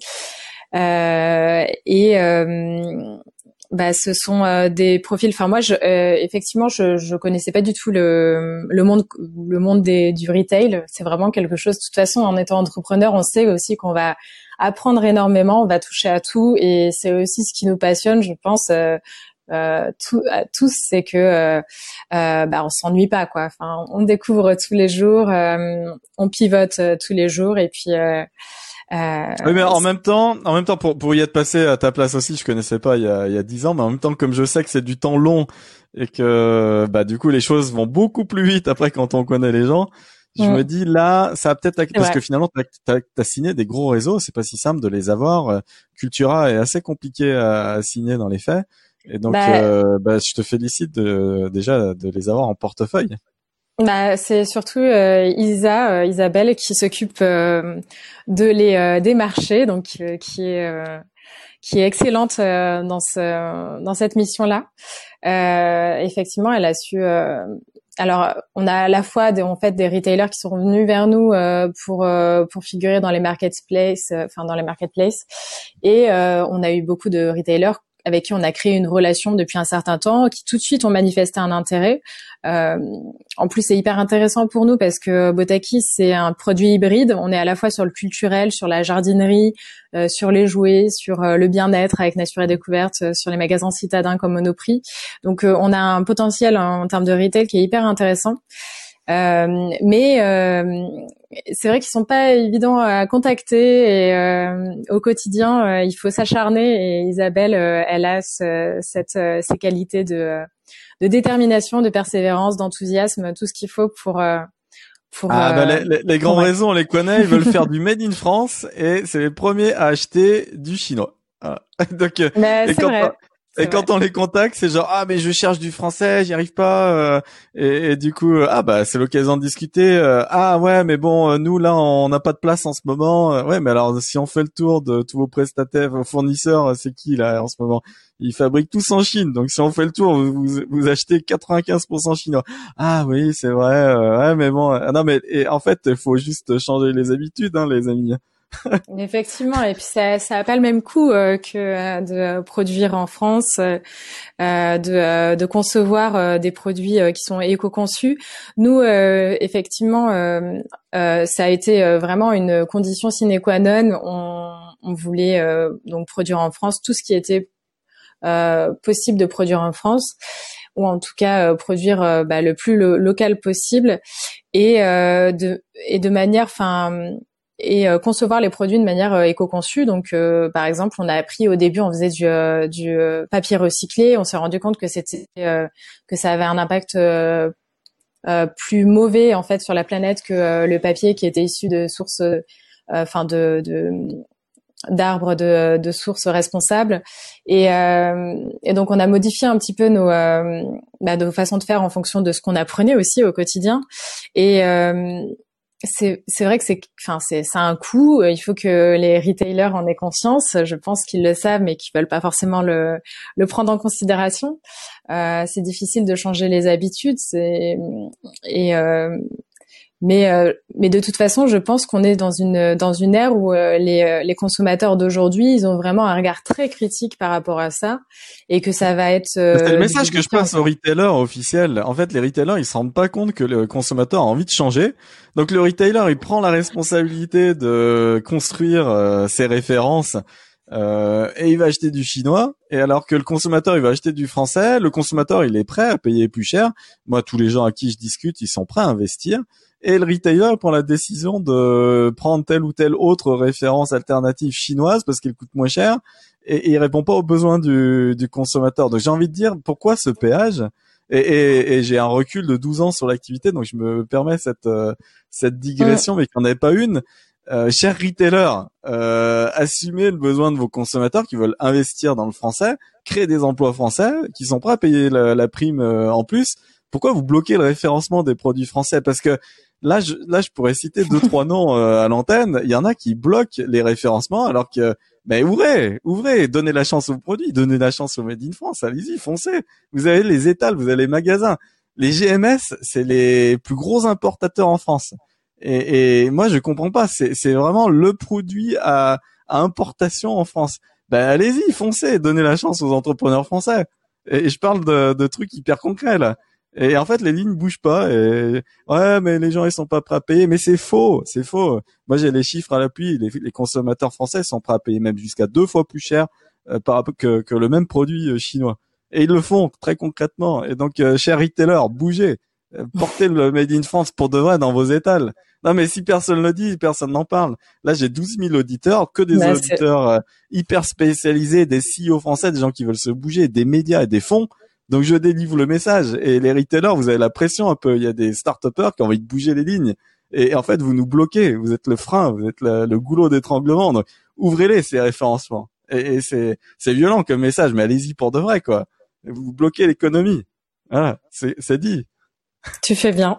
Euh, et euh, bah, ce sont euh, des profils. Enfin, moi, je, euh, effectivement, je, je connaissais pas du tout le, le monde, le monde des, du retail. C'est vraiment quelque chose. De toute façon, en étant entrepreneur, on sait aussi qu'on va apprendre énormément, on va toucher à tout, et c'est aussi ce qui nous passionne, je pense. Euh, Euh, tout, à tous, c'est que euh, euh, bah, on s'ennuie pas, quoi. Enfin, on découvre tous les jours, euh, on pivote euh, tous les jours, et puis. Euh, euh, Oui, mais en même temps, en même temps, pour pour y être passé à ta place aussi, je connaissais pas il y a il y a dix ans, mais en même temps, comme je sais que c'est du temps long et que bah du coup les choses vont beaucoup plus vite après quand on connaît les gens, je mm, me dis là, ça a peut-être c'est parce vrai. que finalement t'as t'as, t'as signé des gros réseaux, c'est pas si simple de les avoir. Euh, Cultura est assez compliqué à, à signer dans les faits. Et donc, Bah, euh, bah, je te félicite de, déjà de les avoir en portefeuille. bah, c'est surtout euh, Isa, euh, Isabelle, qui s'occupe euh, de les euh, des marchés, donc euh, qui est euh, qui est excellente euh, dans ce dans cette mission-là. Euh, effectivement, elle a su. Euh, alors, on a à la fois des, en fait des retailers qui sont venus vers nous euh, pour euh, pour figurer dans les marketplaces, euh, enfin dans les marketplaces, et euh, on a eu beaucoup de retailers avec qui on a créé une relation depuis un certain temps, qui tout de suite ont manifesté un intérêt. Euh, en plus, c'est hyper intéressant pour nous parce que Botakis, c'est un produit hybride. On est à la fois sur le culturel, sur la jardinerie, euh, sur les jouets, sur euh, le bien-être avec Nature et Découverte, euh, sur les magasins citadins comme Monoprix. Donc, euh, on a un potentiel en, en termes de retail qui est hyper intéressant. Euh, mais euh, c'est vrai qu'ils sont pas évidents à contacter, et euh, au quotidien, euh, il faut s'acharner. Et Isabelle, euh, elle a ce, cette, euh, ces qualités de, de détermination, de persévérance, d'enthousiasme, tout ce qu'il faut pour euh, pour Ah bah euh, les, les, les grands convaincre. réseaux, on les connaît, ils veulent faire du made in France et c'est les premiers à acheter du chinois. Voilà. Donc euh, Mais et c'est quand vrai, Et c'est vrai. quand on les contacte, c'est genre ah mais je cherche du français, j'y arrive pas. Euh, et, et du coup euh, ah bah c'est l'occasion de discuter. Euh, ah ouais mais bon euh, nous là on n'a pas de place en ce moment. Euh, ouais mais alors si on fait le tour de tous vos prestataires, vos fournisseurs, euh, c'est qui là en ce moment? Ils fabriquent tous en Chine. Donc si on fait le tour, vous, vous, vous achetez quatre-vingt-quinze pour cent chinois. Ah oui c'est vrai. Euh, ouais mais bon euh, non mais et en fait il faut juste changer les habitudes hein les amis. Effectivement, et puis ça ça a pas le même coût euh, que euh, de produire en France, euh, euh, de euh, de concevoir euh, des produits euh, qui sont éco-conçus. Nous, euh, effectivement, euh, euh, ça a été euh, vraiment une condition sine qua non. On, on voulait euh, donc produire en France tout ce qui était euh, possible de produire en France, ou en tout cas euh, produire euh, bah, le plus lo- local possible, et euh, de et de manière, enfin et euh, concevoir les produits de manière euh, éco-conçue. Donc, euh, par exemple, on a appris au début, on faisait du, euh, du euh, papier recyclé. On s'est rendu compte que c'était euh, que ça avait un impact euh, euh, plus mauvais en fait sur la planète que euh, le papier qui était issu de sources, enfin euh, de, de d'arbres de, de sources responsables. Et, euh, et donc, on a modifié un petit peu nos, euh, bah, nos façons de faire en fonction de ce qu'on apprenait aussi au quotidien. Et euh, c'est c'est vrai que c'est enfin c'est ça a un coût. Il faut que les retailers en aient conscience. Je pense qu'ils le savent, mais qu'ils veulent pas forcément le le prendre en considération. Euh, c'est difficile de changer les habitudes. C'est et euh, mais euh, mais de toute façon, je pense qu'on est dans une dans une ère où euh, les euh, les consommateurs d'aujourd'hui, ils ont vraiment un regard très critique par rapport à ça, et que ça va être C'est le euh, du message que je quotidien, passe aux quoi. retailers officiels. En fait, les retailers, ils se rendent pas compte que le consommateur a envie de changer. Donc le retailer, il prend la responsabilité de construire euh, ses références euh, et il va acheter du chinois. Et alors que le consommateur, il va acheter du français, le consommateur, il est prêt à payer plus cher. Moi, tous les gens à qui je discute, ils sont prêts à investir. Et le retailer prend la décision de prendre telle ou telle autre référence alternative chinoise parce qu'elle coûte moins cher et, et il répond pas aux besoins du, du consommateur. Donc j'ai envie de dire pourquoi ce péage? Et, et, et j'ai un recul de douze ans sur l'activité, donc je me permets cette euh, cette digression, mmh. mais qu'il n'y en ait pas une. Euh, chers retailers, euh, assumez le besoin de vos consommateurs qui veulent investir dans le français, créer des emplois français, qui sont prêts à payer la, la prime euh, en plus. Pourquoi vous bloquez le référencement des produits français? Parce que là, je, là, je pourrais citer deux, trois noms euh, à l'antenne. Il y en a qui bloquent les référencements, alors que, ben ouvrez, ouvrez, donnez la chance aux produits, donnez la chance au Made in France. Allez-y, foncez. Vous avez les étals, vous avez les magasins. Les G M S, c'est les plus gros importateurs en France. Et, et moi, je comprends pas. C'est, c'est vraiment le produit à, à importation en France. Ben allez-y, foncez, donnez la chance aux entrepreneurs français. Et je parle de, de trucs hyper concrets là. Et en fait, les lignes bougent pas. Et ouais, mais les gens ils sont pas prêts à payer. Mais c'est faux, c'est faux. Moi, j'ai les chiffres à l'appui. Les, les consommateurs français sont prêts à payer même jusqu'à deux fois plus cher euh, par rapport que, que le même produit euh, chinois. Et ils le font très concrètement. Et donc, euh, chers retailers, bougez, euh, portez le Made in France pour de vrai dans vos étals. Non, mais si personne le dit, personne n'en parle. Là, j'ai douze mille auditeurs, que des bah, auditeurs euh, hyper spécialisés, des C E O français, des gens qui veulent se bouger, des médias et des fonds. Donc, je délivre le message. Et les retailers, vous avez la pression un peu. Il y a des start-upers qui ont envie de bouger les lignes. Et en fait, vous nous bloquez. Vous êtes le frein, vous êtes le, le goulot d'étranglement. Donc, ouvrez-les, ces référencements. Et, et c'est, c'est violent comme message, mais allez-y pour de vrai, quoi. Vous bloquez l'économie. Voilà, c'est, c'est dit. Tu fais bien.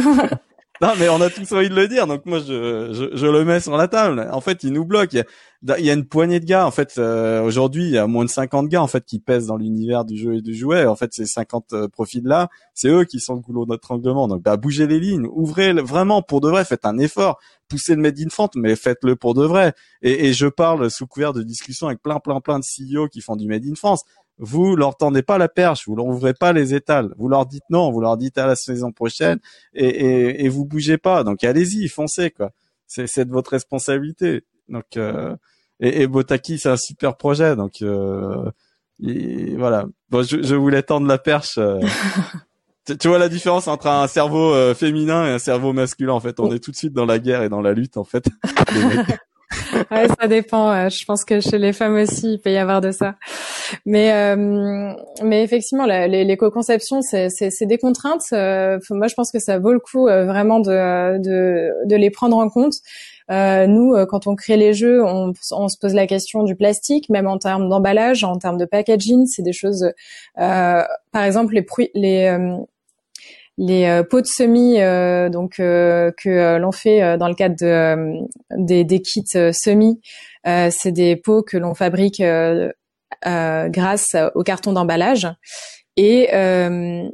Non, mais on a tous envie de le dire, donc moi je, je, je le mets sur la table. En fait, ils nous bloquent. Il y a, il y a une poignée de gars. En fait, euh, aujourd'hui, il y a moins de cinquante gars en fait qui pèsent dans l'univers du jeu et du jouet. En fait, ces cinquante euh, profils-là, c'est eux qui sont le goulot d'étranglement. Donc, bah, bougez les lignes, ouvrez le, vraiment pour de vrai. Faites un effort, poussez le Made in France, mais faites-le pour de vrai. Et, et je parle sous couvert de discussions avec plein, plein, plein de C E O qui font du Made in France. Vous leur tendez pas la perche, vous leur ouvrez pas les étals, vous leur dites non, vous leur dites à la saison prochaine et, et, et vous bougez pas. Donc allez-y, foncez quoi. C'est, c'est de votre responsabilité. Donc euh, et, et Botaki c'est un super projet. Donc euh, et, voilà. Bon, je, je voulais tendre la perche. Euh. tu, tu vois la différence entre un cerveau euh, féminin et un cerveau masculin en fait. On est tout de suite dans la guerre et dans la lutte en fait. Ouais, ça dépend. Je pense que chez les femmes aussi, il peut y avoir de ça. Mais euh, mais effectivement, la, les, l'éco-conception, c'est, c'est, c'est des contraintes. Euh, moi, je pense que ça vaut le coup euh, vraiment de, de de les prendre en compte. Euh, nous, euh, quand on crée les jeux, on, on se pose la question du plastique, même en termes d'emballage, en termes de packaging. C'est des choses. Euh, par exemple, les les euh, les euh, pots de semis euh, donc euh, que euh, l'on fait euh, dans le cadre de, euh, des, des kits euh, semis, euh, c'est des pots que l'on fabrique euh, euh, grâce au carton d'emballage et euh,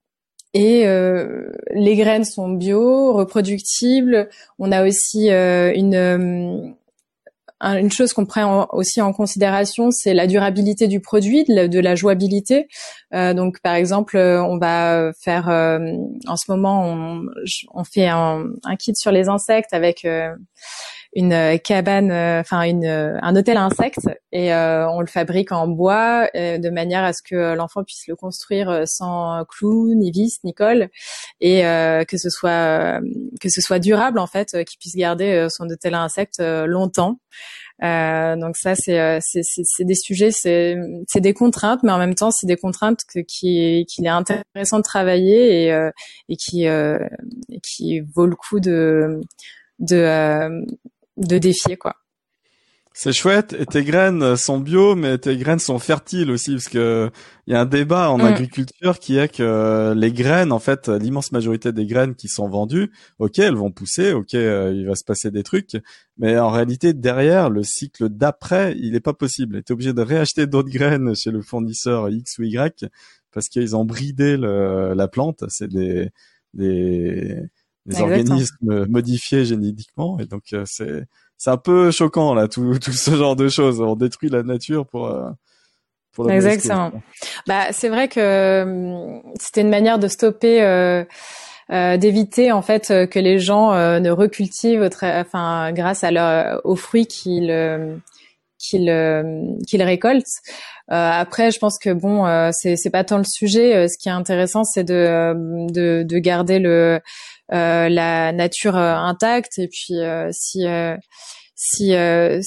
et euh, les graines sont bio, reproductibles. On a aussi euh, une euh, une chose qu'on prend aussi en considération, c'est la durabilité du produit, de la, de la jouabilité. Euh, donc, par exemple, on va faire, euh, en ce moment, on, on fait un, un kit sur les insectes avec euh, une cabane, enfin euh, une un hôtel à insectes, et euh, on le fabrique en bois euh, de manière à ce que l'enfant puisse le construire sans clous, ni vis, ni colle, et euh, que ce soit que ce soit durable en fait, qu'il puisse garder son hôtel à insectes longtemps. Euh, donc ça c'est, c'est c'est c'est des sujets, c'est c'est des contraintes, mais en même temps c'est des contraintes que, qui qu'il est intéressant de travailler et euh, et qui euh, et qui vaut le coup de de euh, de défier quoi. C'est chouette. Et tes graines sont bio, mais tes graines sont fertiles aussi, parce que il y a un débat en mmh. agriculture qui est que les graines, en fait, l'immense majorité des graines qui sont vendues, ok, elles vont pousser, ok, euh, il va se passer des trucs, mais en réalité, derrière, le cycle d'après, il est pas possible. T'es obligé de réacheter d'autres graines chez le fournisseur X ou Y, parce qu'ils ont bridé le, la plante. C'est des des, des organismes modifiés génétiquement, et donc euh, c'est c'est un peu choquant là, tout, tout ce genre de choses. On détruit la nature pour euh, pour la exactement. Bah c'est vrai que euh, c'était une manière de stopper, euh, euh, d'éviter en fait euh, que les gens euh, ne recultivent, au tra- enfin grâce à leur, aux fruits qu'ils euh, qu'ils euh, qu'ils récoltent. Euh, après, je pense que bon, euh, c'est c'est pas tant le sujet. Euh, ce qui est intéressant, c'est de de de garder le euh, la nature euh, intacte, et puis euh, si euh, si euh,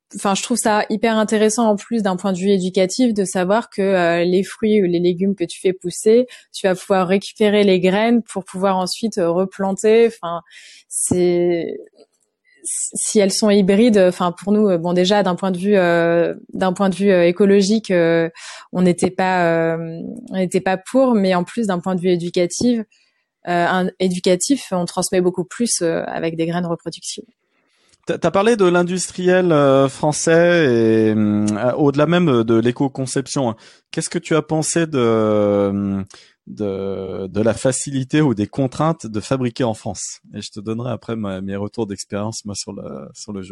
enfin, je trouve ça hyper intéressant en plus d'un point de vue éducatif de savoir que euh, les fruits ou les légumes que tu fais pousser, tu vas pouvoir récupérer les graines pour pouvoir ensuite euh, replanter. Enfin, c'est si elles sont hybrides, enfin pour nous, bon déjà d'un point de vue euh, d'un point de vue euh, écologique, euh, on n'était pas euh, on n'était pas pour, mais en plus d'un point de vue éducatif, euh, un, éducatif, on transmet beaucoup plus euh, avec des graines reproductives. T'as parlé de l'industriel euh, français et euh, au-delà même de l'éco-conception. Qu'est-ce que tu as pensé de, de de la facilité ou des contraintes de fabriquer en France? Et je te donnerai après ma, mes retours d'expérience moi sur le sur le jeu.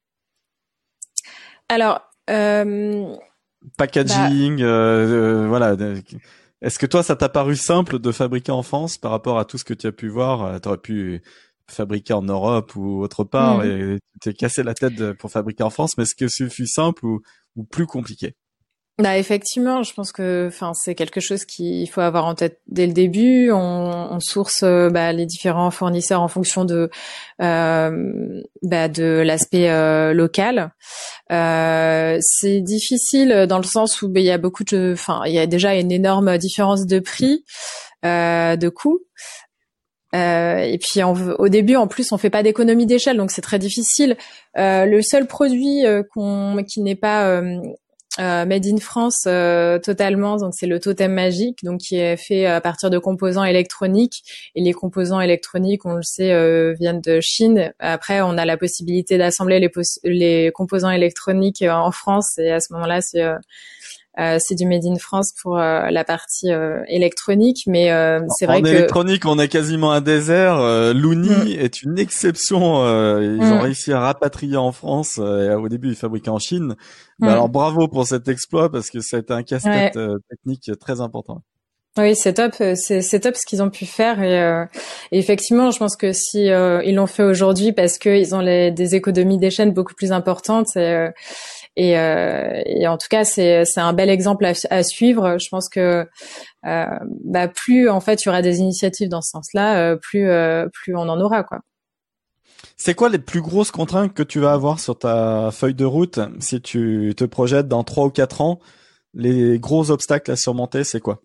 Alors, euh, Packaging, bah, euh, euh, voilà. Est-ce que toi, ça t'a paru simple de fabriquer en France par rapport à tout ce que tu as pu voir? T'aurais pu fabriquer en Europe ou autre part mmh. et tu t'es cassé la tête pour fabriquer en France, mais est-ce que ce fut simple ou, ou plus compliqué? Bah effectivement, je pense que, enfin, c'est quelque chose qu'il faut avoir en tête dès le début. On, on source bah, les différents fournisseurs en fonction de euh, bah, de l'aspect euh, local. Euh, c'est difficile dans le sens où bah, il y a beaucoup de, enfin, il y a déjà une énorme différence de prix, euh, de coûts. Euh, et puis on, au début, en plus, on fait pas d'économie d'échelle, donc c'est très difficile. Euh, le seul produit euh, qu'on, qui n'est pas euh, euh, made in France euh, totalement, donc c'est le totem magique, donc qui est fait à partir de composants électroniques. Et les composants électroniques, on le sait, euh, viennent de Chine. Après, on a la possibilité d'assembler les, pos- les composants électroniques en France, et à ce moment-là, c'est euh, Euh, c'est du made in France pour euh, la partie euh, électronique, mais euh, c'est vrai en que... En électronique, on a quasiment un désert. Euh, Looney mm. est une exception. Euh, ils mm. ont réussi à rapatrier en France. Euh, et au début, ils fabriquaient en Chine. Mm. Bah, alors bravo pour cet exploit parce que ça a été un casse-tête ouais. euh, technique très important. Oui, c'est top, c'est, c'est top ce qu'ils ont pu faire et, euh, et effectivement, je pense que si euh, ils l'ont fait aujourd'hui parce que ils ont les, des économies d'échelle beaucoup plus importantes et, euh, et, euh, et en tout cas c'est c'est un bel exemple à, à suivre. Je pense que euh, bah plus en fait il y aura des initiatives dans ce sens-là, euh, plus euh, plus on en aura quoi. C'est quoi les plus grosses contraintes que tu vas avoir sur ta feuille de route si tu te projettes dans trois ou quatre ans? Les gros obstacles à surmonter, c'est quoi?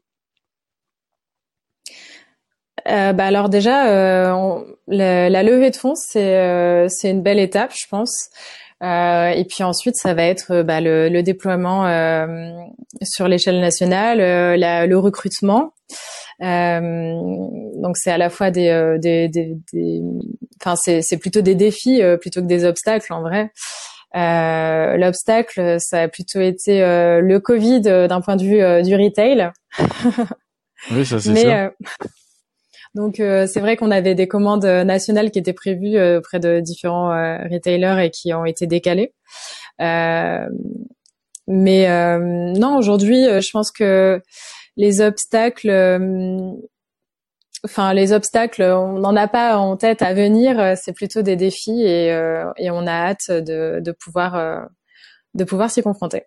Euh, bah alors déjà, euh, on, la, la levée de fonds, c'est euh, c'est une belle étape, je pense. Euh, et puis ensuite, ça va être bah, le, le déploiement euh, sur l'échelle nationale, euh, la, le recrutement. Euh, donc c'est à la fois des, euh, des, des, des enfin c'est c'est plutôt des défis euh, plutôt que des obstacles en vrai. Euh, l'obstacle, ça a plutôt été euh, le Covid euh, d'un point de vue euh, du retail. Oui, ça c'est Mais, sûr. Euh, Donc euh, c'est vrai qu'on avait des commandes nationales qui étaient prévues euh, auprès de différents euh, retailers et qui ont été décalées. Euh, mais euh, non, aujourd'hui, euh, je pense que les obstacles, euh, enfin les obstacles, on n'en a pas en tête à venir. C'est plutôt des défis et, euh, et on a hâte de, de pouvoir euh, de pouvoir s'y confronter.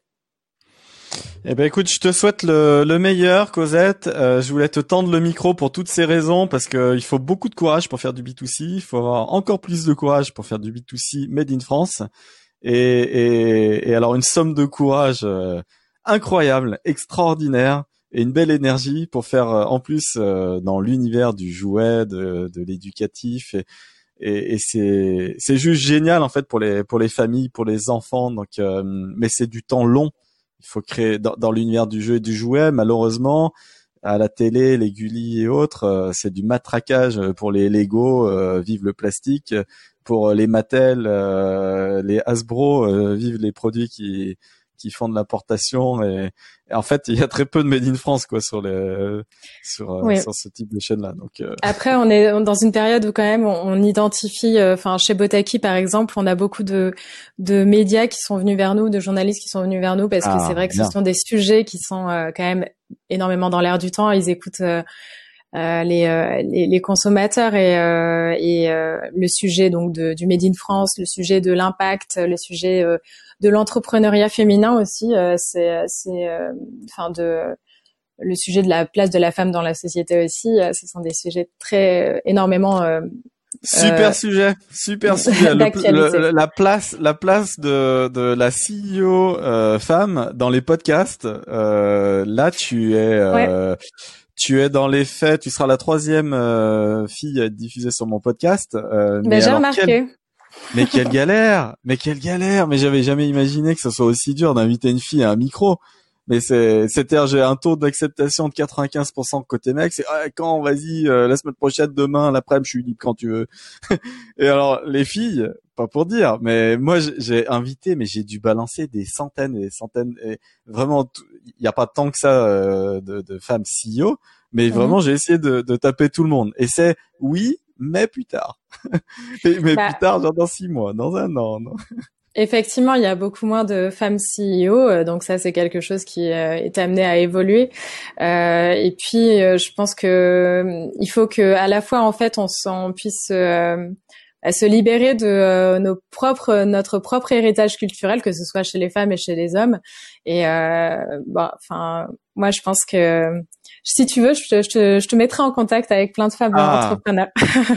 Eh ben écoute, je te souhaite le, le meilleur, Cosette. Euh, je voulais te tendre le micro pour toutes ces raisons parce que il faut beaucoup de courage pour faire du B deux C. Il faut avoir encore plus de courage pour faire du B deux C made in France. Et, et, et alors une somme de courage euh, incroyable, extraordinaire et une belle énergie pour faire euh, en plus euh, dans l'univers du jouet, de, de l'éducatif. Et, et, et c'est c'est juste génial en fait pour les pour les familles, pour les enfants. Donc, euh, mais c'est du temps long. Il faut créer dans, dans l'univers du jeu et du jouet. Malheureusement, à la télé, les Gulli et autres, euh, c'est du matraquage pour les Lego, euh, vive le plastique. Pour les Mattel, euh, les Hasbro, euh, vive les produits qui qui font de l'importation. Et, et en fait, il y a très peu de made in France quoi sur les sur oui. sur ce type de chaîne là. Donc euh... après, on est dans une période où quand même on, on identifie, enfin euh, chez Botaki par exemple, on a beaucoup de de médias qui sont venus vers nous, de journalistes qui sont venus vers nous parce ah, que c'est vrai que bien. Ce sont des sujets qui sont euh, quand même énormément dans l'air du temps. Ils écoutent euh, euh, les, euh, les les consommateurs et euh, et euh, le sujet donc de, du made in France, le sujet de l'impact, le sujet euh, de l'entrepreneuriat féminin aussi, euh, c'est c'est enfin euh, de le sujet de la place de la femme dans la société aussi, euh, ce sont des sujets très euh, énormément euh, Super euh, sujet, super sujet. Le, le, la place, la place de de la C E O euh, femme dans les podcasts. Euh, là, tu es, euh, ouais. tu es dans les faits. Tu seras la troisième euh, fille à être diffusée sur mon podcast. Euh, ben, mais j'ai remarqué. Quelle, mais quelle galère, mais quelle galère. Mais j'avais jamais imaginé que ce soit aussi dur d'inviter une fille à un micro. Mais c'est, c'est-à-dire, j'ai un taux d'acceptation de quatre-vingt-quinze pour cent côté mec. C'est, ah, quand, vas-y, euh, la semaine prochaine, demain, l'après-midi, je suis libre quand tu veux. Et alors, les filles, pas pour dire, mais moi, j'ai invité, mais j'ai dû balancer des centaines et des centaines. Et vraiment, il n'y a pas tant que ça euh, de, de femmes C E O, mais vraiment, mm-hmm. j'ai essayé de, de taper tout le monde. Et c'est, oui, mais plus tard. mais bah, plus tard, genre dans six mois, dans un an. Non. Effectivement, il y a beaucoup moins de femmes C E O, donc ça c'est quelque chose qui euh, est amené à évoluer. Euh, et puis, euh, je pense que euh, il faut que à la fois en fait on, on puisse euh, se libérer de euh, nos propres, notre propre héritage culturel, que ce soit chez les femmes et chez les hommes. Et euh, bon, enfin, moi je pense que si tu veux, je te, je te, je te mettrai en contact avec plein de femmes ah. entrepreneurs.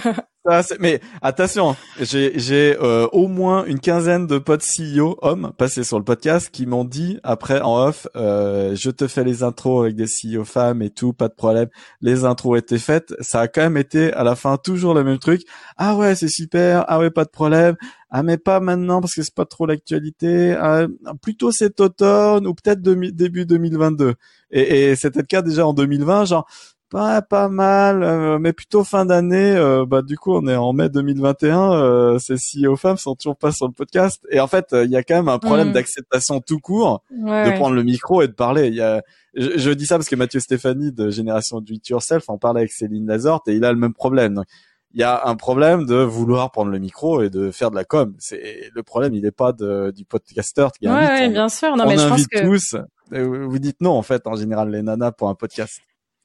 Ça, mais attention, j'ai j'ai euh, au moins une quinzaine de potes C E O hommes passés sur le podcast qui m'ont dit après en off, euh, je te fais les intros avec des C E O femmes et tout, pas de problème. Les intros étaient faites, ça a quand même été à la fin toujours le même truc. Ah ouais, c'est super. Ah ouais, pas de problème. Ah mais pas maintenant parce que c'est pas trop l'actualité. Ah, plutôt cet automne ou peut-être demi, début deux mille vingt-deux. Et, et c'était le cas déjà en deux mille vingt, genre. Pas, pas mal, euh, mais plutôt fin d'année. Euh, bah du coup, on est en mai deux mille vingt et un. Euh, ces C E O femmes sont toujours pas sur le podcast. Et en fait, il euh, y a quand même un problème mmh. d'acceptation tout court ouais, de ouais. prendre le micro et de parler. Il y a, je, je dis ça parce que Mathieu Stéphanie de Génération Do It Yourself en parlait avec Céline Lazorte et il a le même problème. Il y a un problème de vouloir prendre le micro et de faire de la com. C'est le problème. Il n'est pas de, du podcasteur qui ouais, invite. Ouais, on, bien sûr. Non, on mais je invite pense que... tous. Vous dites non en fait en général les nanas pour un podcast.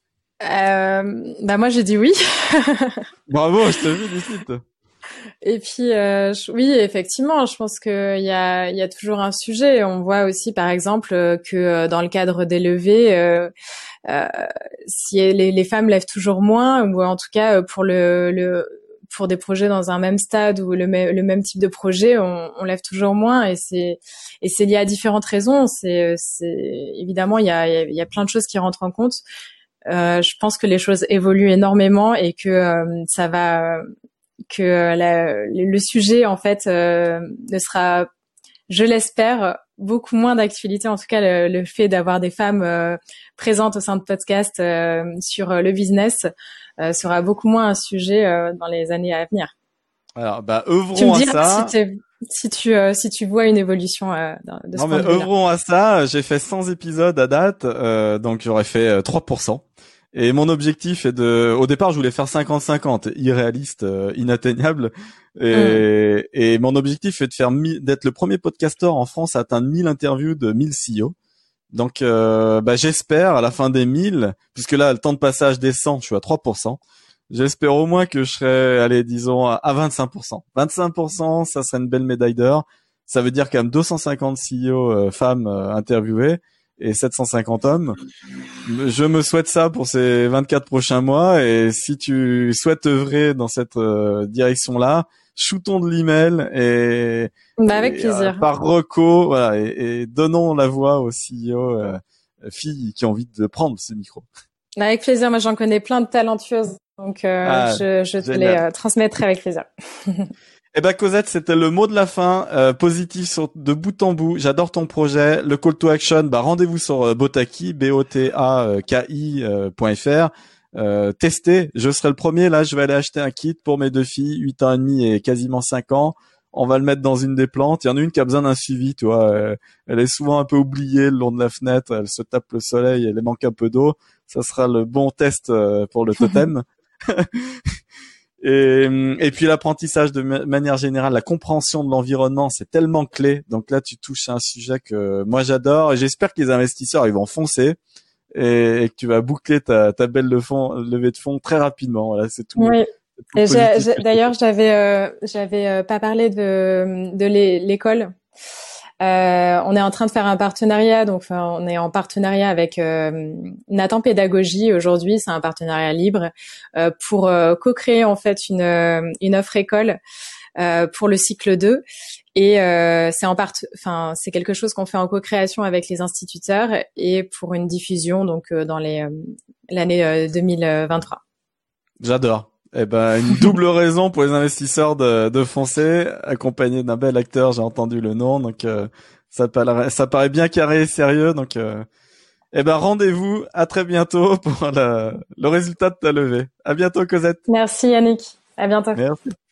Euh, bah moi j'ai dit oui. Bravo, je t'ai vu d'ici. Et puis euh, je, oui, effectivement, je pense que il y a il y a toujours un sujet. On voit aussi par exemple que dans le cadre des levées, euh, euh, si les, les femmes lèvent toujours moins, ou en tout cas pour le, le pour des projets dans un même stade ou le même le même type de projet, on, on lève toujours moins et c'est et c'est lié à différentes raisons. C'est c'est évidemment il y a il y a plein de choses qui rentrent en compte. Euh, je pense que les choses évoluent énormément et que euh, ça va, que la, le sujet en fait euh, ne sera, je l'espère, beaucoup moins d'actualité. En tout cas, le, le fait d'avoir des femmes euh, présentes au sein de podcasts euh, sur le business euh, sera beaucoup moins un sujet euh, dans les années à venir. Alors, bah, œuvrons à ça. Si, si tu euh, si tu vois une évolution euh, de ce non, point mais de vue-là. œuvrons à ça. J'ai fait cent épisodes à date, euh, donc j'aurais fait euh, trois pour cent. Et mon objectif est de, au départ, je voulais faire cinquante cinquante, irréaliste, euh, inatteignable. Et, mmh. et mon objectif est de faire, d'être le premier podcasteur en France à atteindre mille interviews de mille C E O. Donc, euh, bah, j'espère à la fin des mille, puisque là, le temps de passage descend, je suis à trois pour cent. J'espère au moins que je serai, allez, disons, à vingt-cinq pour cent. vingt-cinq pour cent, ça serait une belle médaille d'or. Ça veut dire quand même deux cent cinquante C E O euh, femmes euh, interviewées et sept cent cinquante hommes. Je me souhaite ça pour ces vingt-quatre prochains mois et si tu souhaites œuvrer dans cette euh, direction-là, shootons de l'email et, bah avec et plaisir. Euh, par reco, voilà, et, et donnons la voix aux C E O euh, filles qui ont envie de prendre ce micro. Avec plaisir, moi j'en connais plein de talentueuses, donc euh, ah, je, je te les euh, transmettrai avec plaisir. Eh ben Cosette, c'était le mot de la fin, euh, positif sur, de bout en bout. J'adore ton projet. Le call to action, bah rendez-vous sur euh, Botaki, B O T A K I euh, point F R. Euh, testez. Je serai le premier. Là, je vais aller acheter un kit pour mes deux filles, huit ans et demi et quasiment cinq ans. On va le mettre dans une des plantes. Il y en a une qui a besoin d'un suivi, tu vois. Euh, elle est souvent un peu oubliée le long de la fenêtre. Elle se tape le soleil. Elle manque un peu d'eau. Ça sera le bon test euh, pour le totem. Et, et puis l'apprentissage de manière générale, la compréhension de l'environnement, c'est tellement clé. Donc là, tu touches à un sujet que moi j'adore et j'espère que les investisseurs ils vont foncer et, et que tu vas boucler ta, ta belle le fond, levée de fonds très rapidement. Voilà, c'est tout. Oui. C'est tout et j'ai, j'ai, d'ailleurs, j'avais euh, j'avais euh, pas parlé de de l'école. Euh, on est en train de faire un partenariat, donc enfin, on est en partenariat avec euh, Nathan Pédagogie aujourd'hui. C'est un partenariat libre euh, pour euh, co-créer en fait une une offre école euh, pour le cycle deux. Et euh, c'est en part, enfin c'est quelque chose qu'on fait en co-création avec les instituteurs et pour une diffusion donc euh, dans les euh, l'année euh, deux mille vingt-trois. J'adore. Eh ben, une double raison pour les investisseurs de, de foncer, accompagné d'un bel acteur, j'ai entendu le nom, donc euh, ça, paraît, ça paraît bien carré et sérieux, donc euh, eh ben rendez-vous, à très bientôt pour la, le résultat de ta levée. À bientôt Cosette. Merci Yannick, à bientôt. Merci.